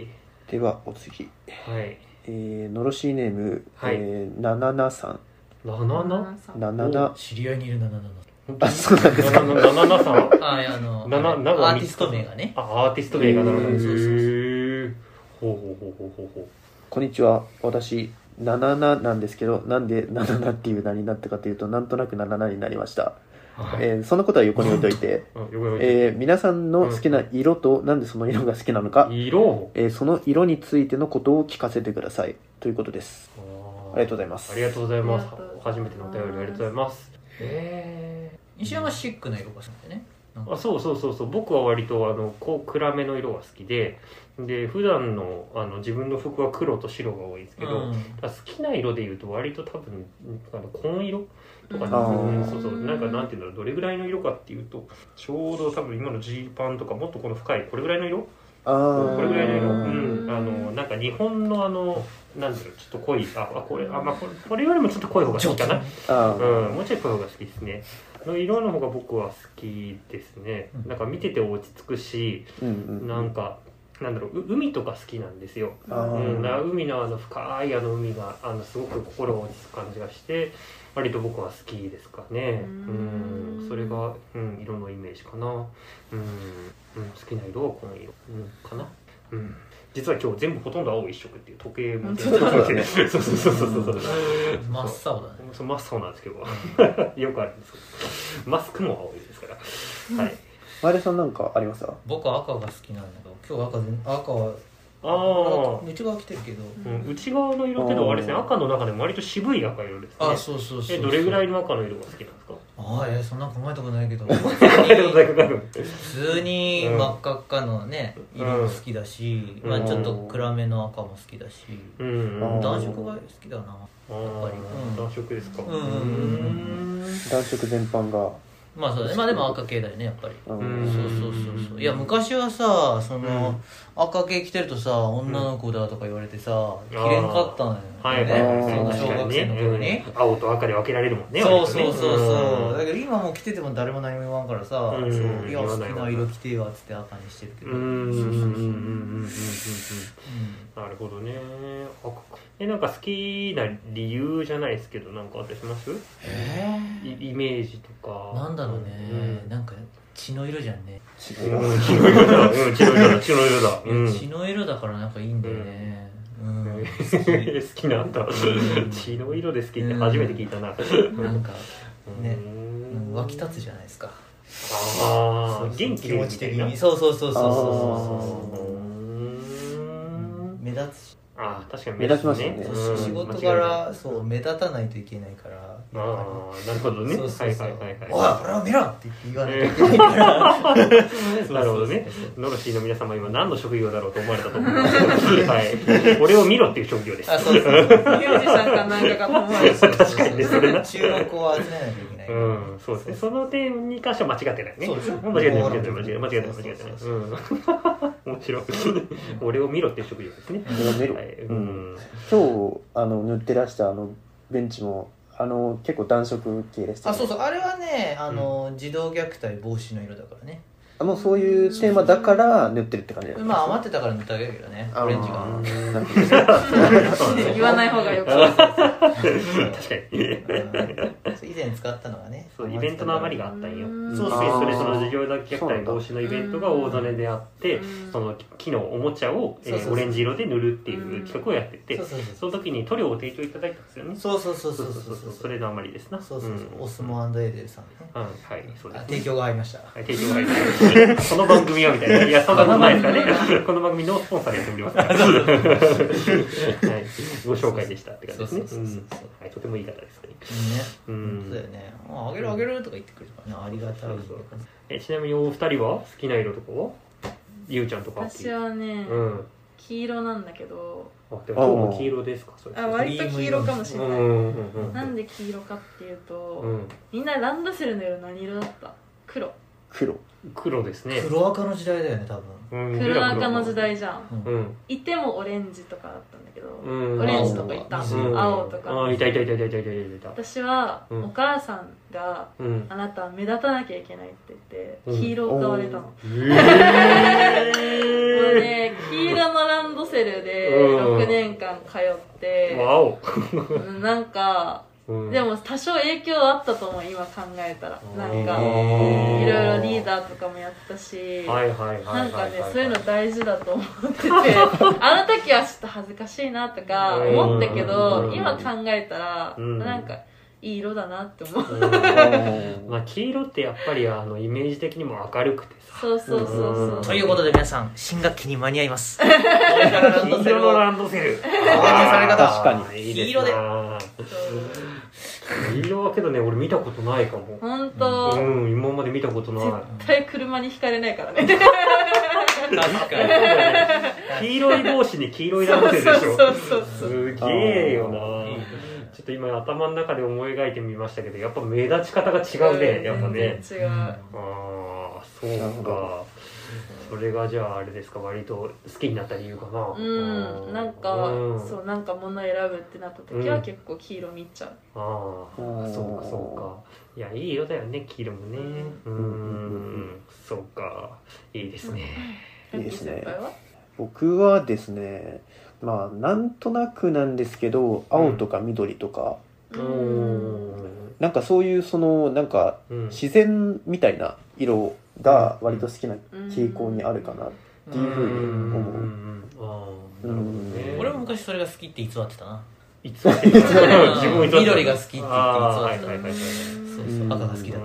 Speaker 1: ではお次、
Speaker 2: はい
Speaker 1: えー、のろしネーム、
Speaker 2: はい、
Speaker 1: えー、なななさん
Speaker 2: ななな
Speaker 1: ななな
Speaker 5: 知り合いにいるななな
Speaker 1: あ、そうなんですか。
Speaker 2: なななさん
Speaker 5: あ、あの
Speaker 2: ななな
Speaker 5: アーティスト名がね。
Speaker 2: あ、アーティスト名がなるほど。
Speaker 5: そうそうそう。
Speaker 2: ほうほうほうほうほうほう。
Speaker 1: こんにちは。私ななななんですけど、なんでなななっていう名になったかというと、なんとなくなななになりました。はい、えー、そのことは横に置いといて、えー、皆さんの好きな色と、なんでその色が好きなのか、
Speaker 2: 色、
Speaker 1: えー、その色についてのことを聞かせてくださいということです。ありがとうございます。
Speaker 2: ありがとうございます。初めてのお便りありがとうございます。
Speaker 5: へー、石山はシックな色が好きでね。
Speaker 2: あ、そうそうそうそう。僕は割とあのこう暗めの色が好きで、で普段のあの自分の服は黒と白が多いですけど、うん、好きな色でいうと割と多分あの紺色とか、うん、そうそう、なんかなんていうんだろう、どれぐらいの色かっていうと、ちょうど多分今のジーパンとかもっとこの深いこれぐらいの色、あこれぐらいの色、うん、あのなんか日本のあのなんだろう、ちょっと濃い、あこれあまあこれ、これよりもちょっと濃い方が好きかな。あ、うん、もうちょい濃い方が好きですね。の色の方が僕は好きですね。なんか見てて落ち着くし、うんうん、なんかなんだろう、海とか好きなんですよ。うん、だ海のあの深いあの海があのすごく心が落ち着く感じがして、割と僕は好きですかね。うん、それが、うん、色のイメージかな。うん、うん、好きな色はこの色、うん、かな。うん。実は今日全部ほとんど青一色っていう時計もそうそうそうそうそう
Speaker 5: 真っ青だね。
Speaker 2: そう真っ青なんですけどよくあるんですけど、マスクも青いですから。はい。
Speaker 1: 前田さんなんかありますか？
Speaker 5: 僕は赤が好きなんだけど、今日赤赤は
Speaker 2: あ
Speaker 5: 内側着てるけど、
Speaker 2: うん、内側の色ってのはあれですね、赤の中でも割と渋い赤色ですね。
Speaker 5: あ、そうそうそう。
Speaker 2: え、どれぐらいの赤の色が好きなんですか？
Speaker 5: ああ、えー、そんな考えたことないけど普通に真っ赤っかのね、色も好きだし、うん、まあちょっと暗めの赤も好きだし、うん、暖色が好きだな、やっぱり、
Speaker 2: うん、暖色ですか。うんうんう
Speaker 1: ん、暖色全般が
Speaker 5: まあそうだね。まあでも赤系だよね、やっぱり。うん、そうそうそうそう。いや昔はさ、その、うん、赤系着てるとさ、女の子だとか言われてさ、着れんかったのよね。はいはいはい。その小学生の頃に、ね、
Speaker 2: 青と赤で分けられるもんね。
Speaker 5: そうそうそうそう。だけど今も着てても誰も何も言わんからさ、うん、そういや好きな色着てよっつって赤にしてるけど。うん。そうそうそう。
Speaker 2: なるほどね。赤か。え、なんか好きな理由じゃないですけど、なんかあったりします？えー、イメージとか。
Speaker 5: なんだろうね、うん、なんか血の色じゃんね。
Speaker 2: 血の色だ。うん、血の色だ。血の色だ。血の色だ。
Speaker 5: うん、血の色だからなんかいいんだよね。うん。うん、
Speaker 2: 好き好きなんだ。血の色で好きって初めて聞いたな。
Speaker 5: なんかね、うん、湧き立つじゃないですか。ああ、元気気持ち的に。そうそうそうそうそうそうそう。目立つし。
Speaker 2: ああ、確かに
Speaker 1: 目立ちますね。
Speaker 5: 仕事柄そう目立たないといけないから。あ
Speaker 2: あ、なるほどね。そうそうそう。はいはいはいはい。
Speaker 5: おい、これを見ろって言わなきゃいけないから。
Speaker 2: なるほどね。ノロシーの皆様今何の職業だろうと思われたと思います。はい。俺を見ろっていう職業です。
Speaker 3: あ、そうそう。ミュージシャンかなんかかと思われた。
Speaker 2: 確かにね、それな。
Speaker 5: 注目を集めなきゃいけない。
Speaker 2: うん、そうですね。その点に関しては間違ってないね。そうです。間違ってない間違ってない間違ってない間違ってない。うん。面白い。俺を見ろっていう職業ですね。
Speaker 1: 俺を見ろ。うん。今日あの塗ってらしたあのベンチもあの結構暖色系でした、
Speaker 5: ね、あ、そうそう、あれはね、あの、うん、児童虐待防止の色だからね。
Speaker 1: もうそういうテーマだから塗ってるって感じだった。
Speaker 5: まあ余ってたから塗ったわけだけどね、オレンジが。
Speaker 3: 言わない方がよく
Speaker 2: 確かに。
Speaker 5: 以前使ったのがね、
Speaker 2: そうイベントの余りがあったんよ。そうそれその児童虐待防止のイベントが大曽根であって、その木のおもちゃをオレンジ色で塗るっていう企画をやってて、その時に塗料を提供いただいたんですよね。
Speaker 5: そうそうそうそうそう
Speaker 2: そう、それの余りですな。
Speaker 5: そうそうそう、オスモ&エーデルさんね。
Speaker 2: はい、そうです。
Speaker 5: 提供が入りました。
Speaker 2: はい、提供が入りました。この番組はみたいな。いや、そんなことないですからね。この番組ノースポンサーでやっておりますから。はい、ご紹介でしたって感じですね。はい、とてもいい方ですね。
Speaker 5: うん、そうだよね。あげるあげるとか言ってくるからね、ありがたい。
Speaker 2: え、ちなみにお二人は好きな色とかは？ゆうちゃんとか。
Speaker 3: 私はね、
Speaker 2: うん、
Speaker 3: 黄色なんだけど、
Speaker 2: あでも今日も黄色ですかそれ。
Speaker 3: あ割と黄色かもしれない、
Speaker 2: うんうんうん、
Speaker 3: なんで黄色かっていうと、
Speaker 2: うん、
Speaker 3: みんなランドセルの色何色だった？黒。
Speaker 1: 黒
Speaker 2: 黒ですね。
Speaker 5: 黒赤の時代だよね多
Speaker 3: 分、うん、黒赤の時代じゃん、
Speaker 2: うん、
Speaker 3: いてもオレンジとかだったんだけど、うん、オ
Speaker 2: レ
Speaker 3: ンジとかいた、うん、青とか、
Speaker 2: あいたいたいたいたいたいたいた。
Speaker 3: 私は、うん、お母さんが、うん、あなたは目立たなきゃいけないって言って、うん、黄色を買われたの、えー、もうね黄色のランドセルでろくねんかん通って、うん、なんかうん、でも多少影響はあったと思う今考えたら。なんかいろいろリーダーとかもやったし、なんかねそういうの大事だと思っててあの時はちょっと恥ずかしいなとか思ったけど今考えたらなんかいい色だなって思う
Speaker 2: まあ黄色ってやっぱりあのイメージ的にも明るくてさ、
Speaker 3: そうそうそうそう、
Speaker 5: ということで皆さん新学期に間に合います
Speaker 2: 黄色のランドセル
Speaker 5: され方
Speaker 1: 確かに
Speaker 5: 黄色で
Speaker 2: 黄色はけどね俺見たことないかも。
Speaker 3: 本当、
Speaker 2: うん、今まで見たことない。
Speaker 3: 絶対車にひかれないからね
Speaker 5: 確か
Speaker 2: に黄色い帽子に黄色いランドセルでしょ。
Speaker 3: そうそうそうそう
Speaker 2: すげえよな。ちょっと今頭の中で思い描いてみましたけどやっぱ目立ち方が違うね、やっぱね。
Speaker 3: 違う。あ
Speaker 2: あそうか。それがじゃああれですか割と好きになった理由かな。
Speaker 3: うんなんか、うん、そうなんか物選ぶってなった時は結構黄色見ちゃう、
Speaker 2: うん、ああそうかそうか。いやいい色だよね黄色もね。うんうんそうかいいですね、
Speaker 1: うん、いいですね。僕はですねまあなんとなくなんですけど青とか緑とか、うん、なんかそういうそのなんか自然みたいな色が割と好きな傾向にあるかなっていうふうに思う。
Speaker 5: 俺も昔それが好きって偽ってたな。
Speaker 2: 偽ってた自分
Speaker 5: 緑が好きって言って偽ってた。そうそう赤が好きだった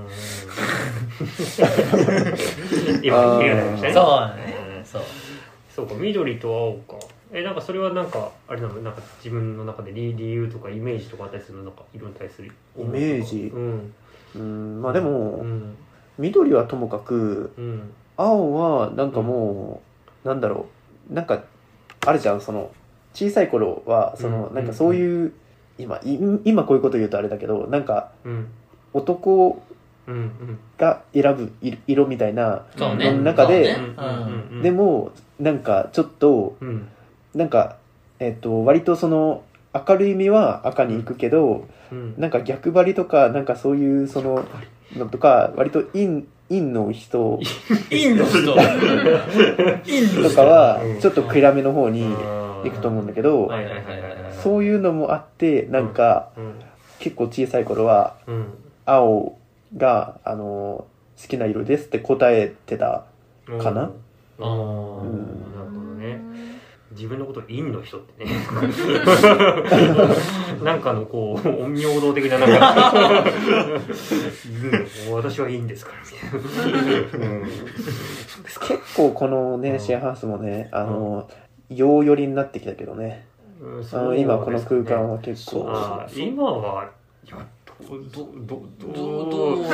Speaker 2: 今言うようになりましたね。
Speaker 5: そうだね。そう
Speaker 2: そうか緑と青か。えなんかそれはなんかあれなのなんか自分の中で理由とかイメージとかあったりするのなんか色に対する
Speaker 1: イメージうんうんまあでも、うん、緑はともかく、うん、青はなんかもう、うん、なんだろうなんかあるじゃんその小さい頃はその、うん、なんかそういう、うん、今今こういうこと言うとあれだけどなんか、うん、男が選ぶ色みたいなのの中で、でもなんかちょっと、うんなんか、えっと、割とその明るい実は赤に行くけど、うん、なんか逆張りとかなんかそういうそののとか割と陰陰の人
Speaker 5: 陰の人
Speaker 1: とかはちょっと暗めの方に行くと思うんだけどそういうのもあってなんか、うんうん、結構小さい頃は、うん、青があの好きな色ですって答えてたかな。
Speaker 2: ああ、うん、なるほどね。自分のこと陰の人ってねなんかのこう陰陽道的ななんかうん、私はいいんですからみたいな、うん、
Speaker 1: 結構このね、うん、シェアハウスもねあの、うん、陽寄りになってきたけどね、うん、あの今この空間は結構
Speaker 2: あ今はいやどどどどど
Speaker 5: 自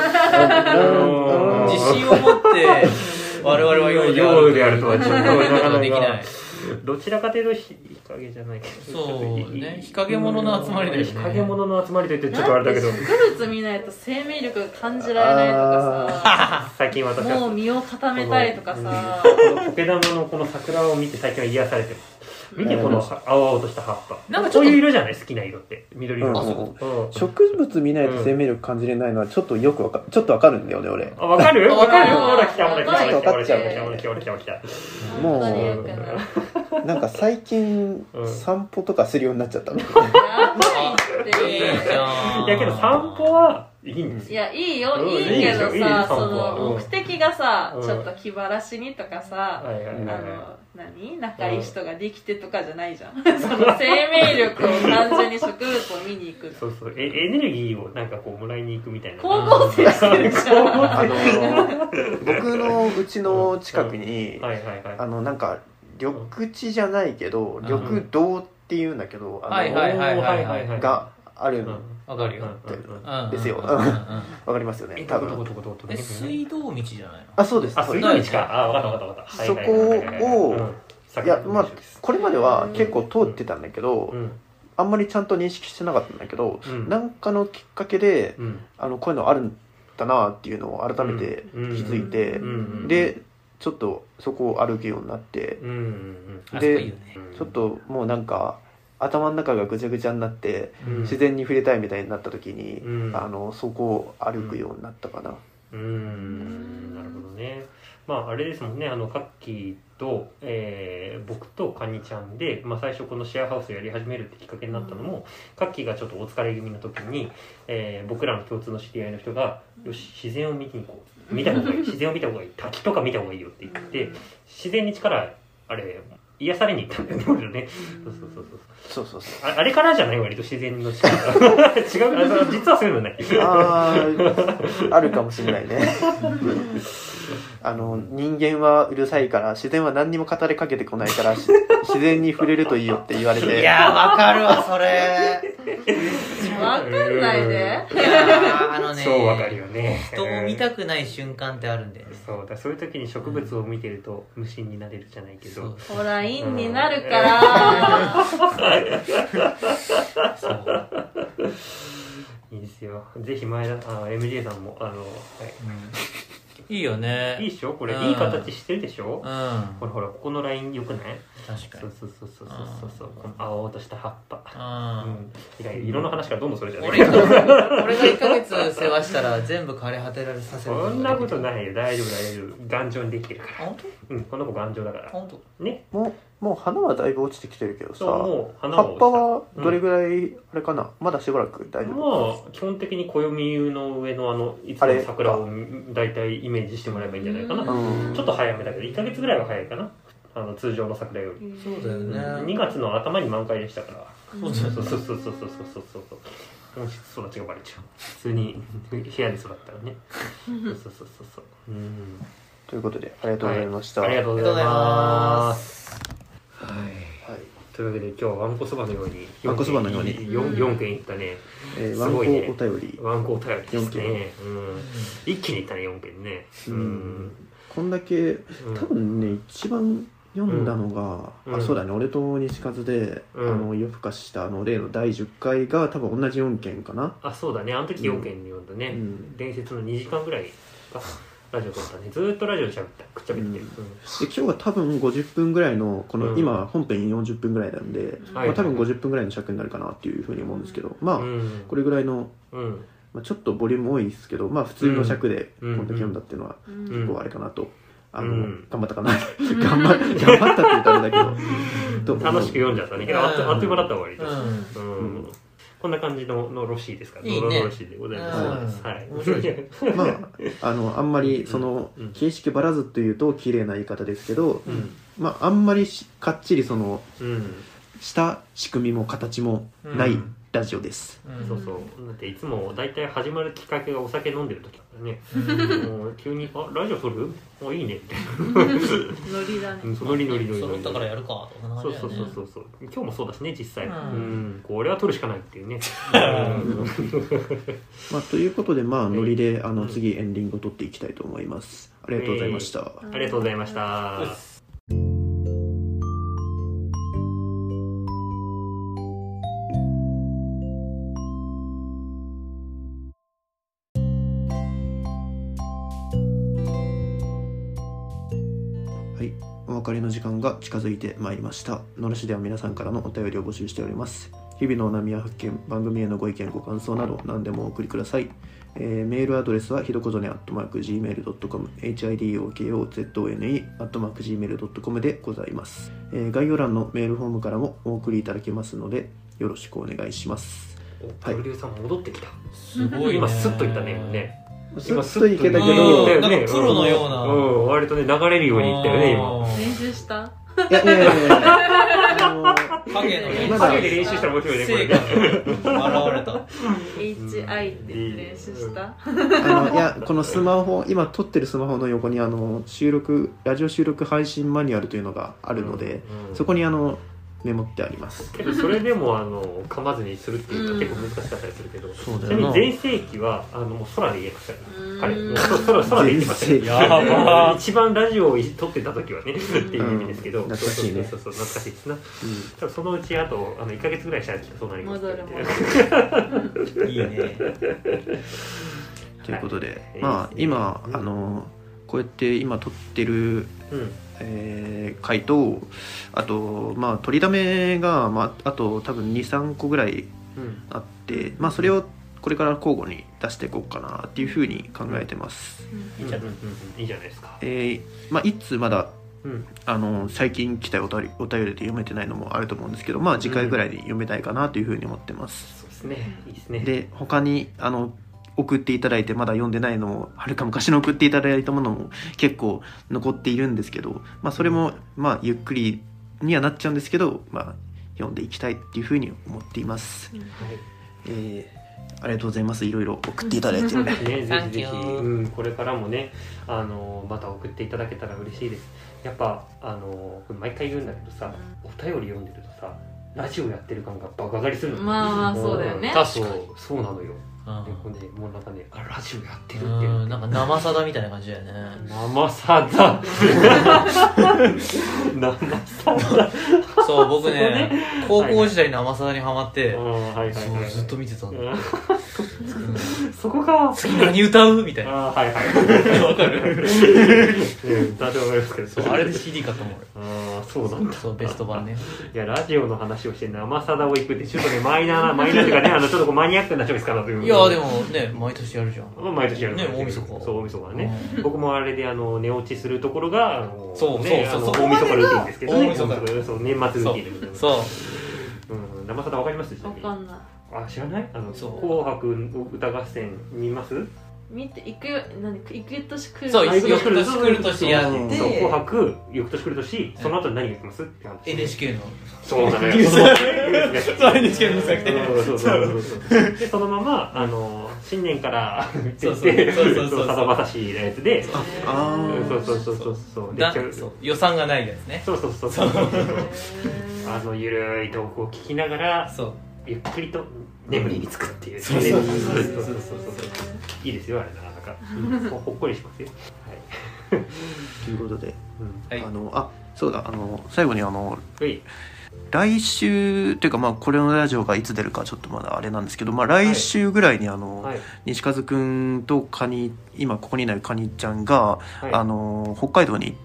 Speaker 5: 信を持って我々は
Speaker 2: 陽であるとはちょっとなかなかできないどちらかというと日陰じゃないけど
Speaker 5: そうね日陰者の集まりだよね。
Speaker 2: 日陰者の集まりといってちょっとあれだけど
Speaker 3: 植物見ないと生命力が感じられないとかさ
Speaker 2: 最近私は
Speaker 3: もう身を固めたいとかさ
Speaker 2: この苔玉のこの桜を見て最近は癒されてる。見てこの青々とした葉っぱなんかこういう色じゃない好きな色って緑色、
Speaker 1: うんうん、植物見ないと生命力感じれないのはちょっとよくわかちょっとわかるんだよね俺。
Speaker 2: あわかるわかるほら来たほら来た
Speaker 1: ほら来たほら来た
Speaker 2: ほら来たほら来たほら来た
Speaker 1: もうなんか最近散歩とかするようになっちゃったの。や
Speaker 3: ばいって
Speaker 2: いやけど散歩はいいんですよ。
Speaker 3: いやいいよいいけどさその目的がさちょっと気晴らしにとかさあの何仲いい人ができてとかじゃないじゃんその生命力を単純に植物を見に行く
Speaker 2: そうそうえエネルギーをなんかこうもらいに行くみたいな
Speaker 3: 光合成してるじゃんあの
Speaker 1: 僕のうちの近くにあのなんか緑地じゃないけど緑道っていうんだけどあのがあるの
Speaker 5: わかるよ
Speaker 1: ですよわかりますよね多分
Speaker 5: 水道道じゃないの
Speaker 1: あそうです
Speaker 2: あ水道道かあわかったわかったわかった
Speaker 1: そこをいやまあこれまでは結構通ってたんだけど、うん、あんまりちゃんと認識してなかったんだけど、うん、なんかのきっかけで、うん、あのこういうのあるんだなっていうのを改めて気づいて、でちょっとそこを歩くようになって、うんうんうん、で、ね、ちょっともうなんか頭の中がぐちゃぐちゃになって、うん、自然に触れたいみたいになった時に、うん、あのそこを歩くようになったかな。
Speaker 2: うん、うんなるほどね。まああれですもんね、あのカッキーと、えー、僕とカニちゃんで、まあ、最初このシェアハウスをやり始めるってきっかけになったのも、うん、カッキーがちょっとお疲れ気味の時に、えー、僕らの共通の知り合いの人がよし自然を見に行こう、見た方がいい自然を見た方がいい、滝とか見た方がいいよって言って自然に力あれ癒されに行ったんだよね俺ね。そうそうそうそうそうそうそう あ, あれからじゃない割と自然の力違うあ実はそういうのない
Speaker 1: ああるかもしれないねあの人間はうるさいから自然は何にも語りかけてこないから自然に触れるといいよって言われて
Speaker 5: いやわかるわそれ
Speaker 3: わかんないで
Speaker 5: いやあのね
Speaker 2: そうわかるよね
Speaker 5: 人を見たくない瞬間ってあるんだよね。
Speaker 2: そうだそういう時に植物を見てると無心になれるじゃないけど、うん、
Speaker 3: ほら陰になるから
Speaker 2: そういいですよ。ぜひ前田あ エムジェー さんもあの、はい
Speaker 5: うん、いいよね。
Speaker 2: いいでしょこれ、うん、いい形してるでしょ、うん、ほらほらここのラインよくない？
Speaker 5: 確かに。
Speaker 2: そうそうそうそうそうそう、この青々とした葉っぱ、うん、色の話からどんどんそれじゃない。
Speaker 5: 俺が俺がいっかげつ世話したら全部枯れ果てられさせる。
Speaker 2: そんなことないよ。大丈夫大丈夫。頑丈にできてるから。
Speaker 5: 本当？
Speaker 2: うん、この子頑丈だから。
Speaker 5: 本当？
Speaker 2: ね。
Speaker 1: もうもう花はだいぶ落ちてきてるけどさ、
Speaker 2: もう花
Speaker 1: は葉っぱはどれぐらい、うん、あれかな、まだしばらく大丈夫？
Speaker 2: まあ基本的に暦の上のあのいつもの桜を大体イメージしてもらえばいいんじゃないかな。ちょっと早めだけどいっかげつぐらいは早いかな。あの通常の桜より。
Speaker 5: そうだよね。
Speaker 2: にがつの頭に満開でしたから。
Speaker 5: そう
Speaker 2: そうそうそうそうそうそうそうそう。本質育ちがバレちゃう。普通に部屋で育ったらね。そうそうそうそうそう。うん。
Speaker 1: ということでありがとうございました。
Speaker 2: はい、ありがとうございます。はい。はい。というわけで今日はわんこそばのように
Speaker 1: わんこそばのように
Speaker 2: よん, よん件いったね。
Speaker 1: えー、すごいね。わんこお便り。
Speaker 2: わんこお便りですね。うん。一気にいったねよん件ね。うん。うん、
Speaker 1: こんだけ多分ね、うん、一番読んだのが、うん、あそうだね、俺と西和で、うん、あの夜更かしたあの例のだいじゅっかいが多分同じよん件かな。
Speaker 2: あそうだね、あの時よん件読んだね、うん、伝説のにじかんぐらいかラジオ撮ったね。ずーっとラジオでしゃべったくっちゃべってる、うん、で
Speaker 1: 今日は多分ごじゅっぷんぐらいのこの、うん、今本編よんじゅっぷんぐらいなんで、うんまあ、多分ごじゅっぷんぐらいの尺になるかなっていうふうに思うんですけど、まあ、うん、これぐらいの、うんまあ、ちょっとボリューム多いですけど、まあ普通の尺でこんだけ読んだっていうのは結構あれかなと、あの、うん、頑張ったかな頑張頑張ったって言うとあれだけど
Speaker 2: 楽しく読んじゃったねけど、あっという間だったら終わりです、うんうんうん、こんな感じののロシーですから、
Speaker 5: いいね、
Speaker 2: ロシーでございます、はい、
Speaker 1: まああのあんまりその、うん、形式ばらずというと綺麗な言い方ですけど、うん、まああんまりかっちりその、うん、した仕組みも形もない、うんラジオです、
Speaker 2: うん、そうそうだっていつも大体始まるきっかけがお酒飲んでる時だからね、うん、もう急にあラジオ撮るあいいねみたいな
Speaker 3: ノリだね
Speaker 2: ノリノリノリ
Speaker 5: 揃ったからやるかとか、ね、
Speaker 2: そうそうそうそうそう今日もそうだしね実際、うんうん、これは撮るしかないっていうね
Speaker 1: まあということでまあノリであの次エンディングを撮っていきたいと思います。ありがとうございました、
Speaker 2: えー、ありがとうございました。
Speaker 1: お別れの時間が近づいてまいりました。のろしでは皆さんからのお便りを募集しております。日々のお悩みや発見、番組へのご意見ご感想など何でもお送りください。えー、メールアドレスはひどこぞね アットマークジーメールドットコム ヒドコゾネ アットマークジーメールドットコム でございます、えー、概要欄のメールフォームからもお送りいただけますのでよろしくお願いします。
Speaker 2: お、プロデューサー戻ってきた。すごいね。今スッといったね今ね。
Speaker 1: スッといけたけど、
Speaker 5: なんかプロのような、
Speaker 2: うん、割とね流れるようにいったよね今。
Speaker 3: 練習した？
Speaker 1: いやいやいやいや、あの
Speaker 5: 影の練習、
Speaker 2: 影で練習したら面白いねこれね。
Speaker 5: 現れた。
Speaker 3: エイチアイ って練習した？あ
Speaker 1: のいやこのスマホ今撮ってるスマホの横にあの収録ラジオ収録配信マニュアルというのがあるので、うんうん、そこにあのメモってあります。
Speaker 2: けどそれでもあの噛まずにするっていうのは結構難しかったりするけど、
Speaker 1: そうだ
Speaker 2: ちなみに全盛期はあのもう空で言えましたよ、彼もう空空で言ってましたよ。
Speaker 4: やば
Speaker 2: 一番ラジオを撮ってた時はねっていう意味ですけど、
Speaker 1: うん、懐かしいね。
Speaker 2: そうそうそう懐かしいですな。うん、多分そのうちあとあのいっかげつぐらいしたらそうなります
Speaker 3: 戻る戻る。
Speaker 5: いいね。
Speaker 1: ということで、
Speaker 2: はい、
Speaker 1: まあ今、
Speaker 2: うん、
Speaker 1: あのこうやって今撮ってる、
Speaker 2: うん
Speaker 1: えー、回とあとまあ取りだめが、まあ、あと多分 にさんこぐらいあって、うん、まあそれをこれから交互に出していこうかなっていうふうに考えてます。
Speaker 2: いいじゃないですか。
Speaker 1: えー、まあいつまだ、
Speaker 2: うん、あ
Speaker 1: の最近来たお便りお便りで読めてないのもあると思うんですけど、まあ次回ぐらいで読めたいかなというふうに思ってます。
Speaker 2: そうですね。いいですね。
Speaker 1: で他にあの送っていただいてまだ読んでないのもはるか昔の送っていただいたものも結構残っているんですけど、まあ、それもまあゆっくりにはなっちゃうんですけど、まあ、読んでいきたいっていうふうに思っています、はい。えー、ありがとうございます。いろいろ送っていただいて、ね
Speaker 2: ね、ぜひぜひ、うん、これからもねあのまた送っていただけたら嬉しいです。やっぱあの毎回言うんだけどさ、お便り読んでるとさラジオやってる感がバカ上がりするの。
Speaker 3: まあまあそうだよね。
Speaker 2: 確かにそうなのよ。でもね、もうなんかね、あラジオやってるっていう
Speaker 5: なんか生さだみたいな感じだよね。
Speaker 2: 生さだ生さだ
Speaker 5: そう僕ね高校時代生さだにハマって、
Speaker 2: はいはい、
Speaker 5: そうずっと見てたんだ、うん、
Speaker 2: そこか
Speaker 5: 次何歌うみたいな。
Speaker 2: あはいはいわかる歌ってわかりますけど、
Speaker 5: そうあれで シーディー 買ったもん
Speaker 2: 俺。あそうなんだ。
Speaker 5: そうベスト版ね。
Speaker 2: いやラジオの話をして生さだを行くってちょっとねマイナーなマイナーというかねあのちょっとこうマニアックなチョイスかなという。
Speaker 5: いやでもね毎年やるじゃん。
Speaker 2: 毎年やる
Speaker 5: ね大晦日。
Speaker 2: そう大晦日はね、うん、僕もあれであの寝落ちするところがあの
Speaker 5: そう、
Speaker 2: ね、
Speaker 5: そうそう
Speaker 2: 大晦日ルーティンですけどね。
Speaker 5: 大晦日
Speaker 2: そう年末ルーティンでございます。
Speaker 5: そう、
Speaker 2: うん、生さだわかります？
Speaker 3: わかんない。
Speaker 2: あ知らない？あの紅白歌合戦見ます？
Speaker 3: 見て行くよ何行く年来る
Speaker 5: そう翌年来る年やって
Speaker 2: そう紅白翌年来る年その後何やってますって話。
Speaker 5: エヌエイチケー の
Speaker 2: そうだね。
Speaker 5: そう エヌエイチケー のニュースが来て
Speaker 2: そうそうそうでそのままあの新年からって言ってさだまさしいのやつで
Speaker 1: あ
Speaker 2: そうそうそうそうそう
Speaker 5: だそう予算がないやつね。
Speaker 2: そうそうそうそうあのゆるいトークを聞きながらそうゆっくりと眠りにつくっていう。そうそうそうそうそういいですよあれなかなかほっこりしますよ。はい。
Speaker 1: ということで、
Speaker 2: うん、
Speaker 1: あのあそうだあの最後にあの、
Speaker 2: はい、
Speaker 1: 来週というかまあこれのラジオがいつ出るかちょっとまだあれなんですけど、まあ来週ぐらいにあの、はい、西和くんとカニ今ここにいないカニちゃんが、はい、あの北海道に行って、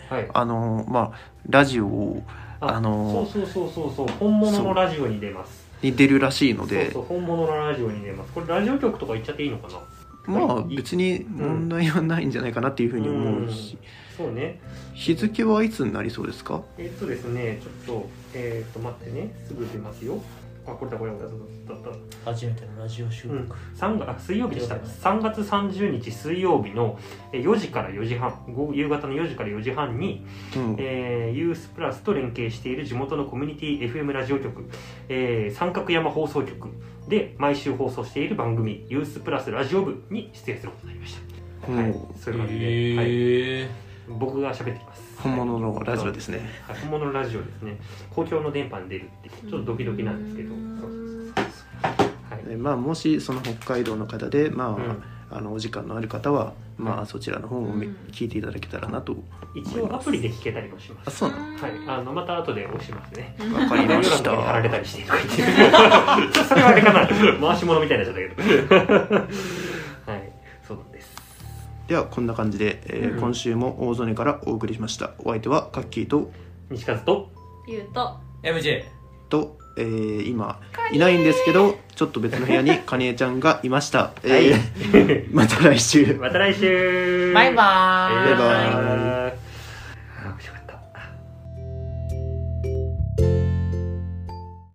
Speaker 1: はい、あのまあラジオをあ
Speaker 2: あ
Speaker 1: の
Speaker 2: そうそうそうそうそう本物のラジオに出ます。
Speaker 1: に出るらしいので、
Speaker 2: そうそう本物のラジオに出ます。これラジオ局とか言っちゃっていいのかな。
Speaker 1: まあ別に問題はないんじゃないかなっていうふうに思うし、
Speaker 2: うん、そうね。
Speaker 1: 日付はいつになりそうですか？
Speaker 2: えっとですねちょっとえー、っと待ってねすぐ出ますよ。あこれだこれだだった
Speaker 5: 初めてのラジオ収録、うん、
Speaker 2: さんがつ水曜日でした。さんがつさんじゅうにち水曜日のよじからよじはん夕方のよじからよじはんに、うんえー、ユースプラスと連携している地元のコミュニティ エフエム ラジオ局、えー、三角山放送局で毎週放送している番組ユースプラスラジオ部に出演することになりました、うん、はいそういう感じで、えーはい、僕が喋ってきます。
Speaker 1: 本物のラジオですね、
Speaker 2: はい、本物のラジオですね。公共の電波に出るってちょっとドキドキなんですけど、そうそうそうそう、はい、
Speaker 1: まあもしその北海道の方でまあ、うん、あのお時間のある方はまあそちらの方も聞いていただけたらなと思います。
Speaker 2: 一応アプリで聞けたりもします。
Speaker 1: あそうなの、
Speaker 2: はい、あのまた後で押しますね。
Speaker 1: わかりました。
Speaker 2: 貼られたりしてとか言ってそれはあれかな回し物みたいになっちゃったけどはいそうなんです。
Speaker 1: ではこんな感じで、えーうん、今週も大曽根からお送りしました。お相手はカッキーと
Speaker 2: 西和と
Speaker 3: ゆうと
Speaker 5: エムジェー
Speaker 1: と、えー、今いないんですけどちょっと別の部屋にカニエちゃんがいました、えー、また来週
Speaker 2: また来週
Speaker 5: バイバーイ
Speaker 1: バイバーイ。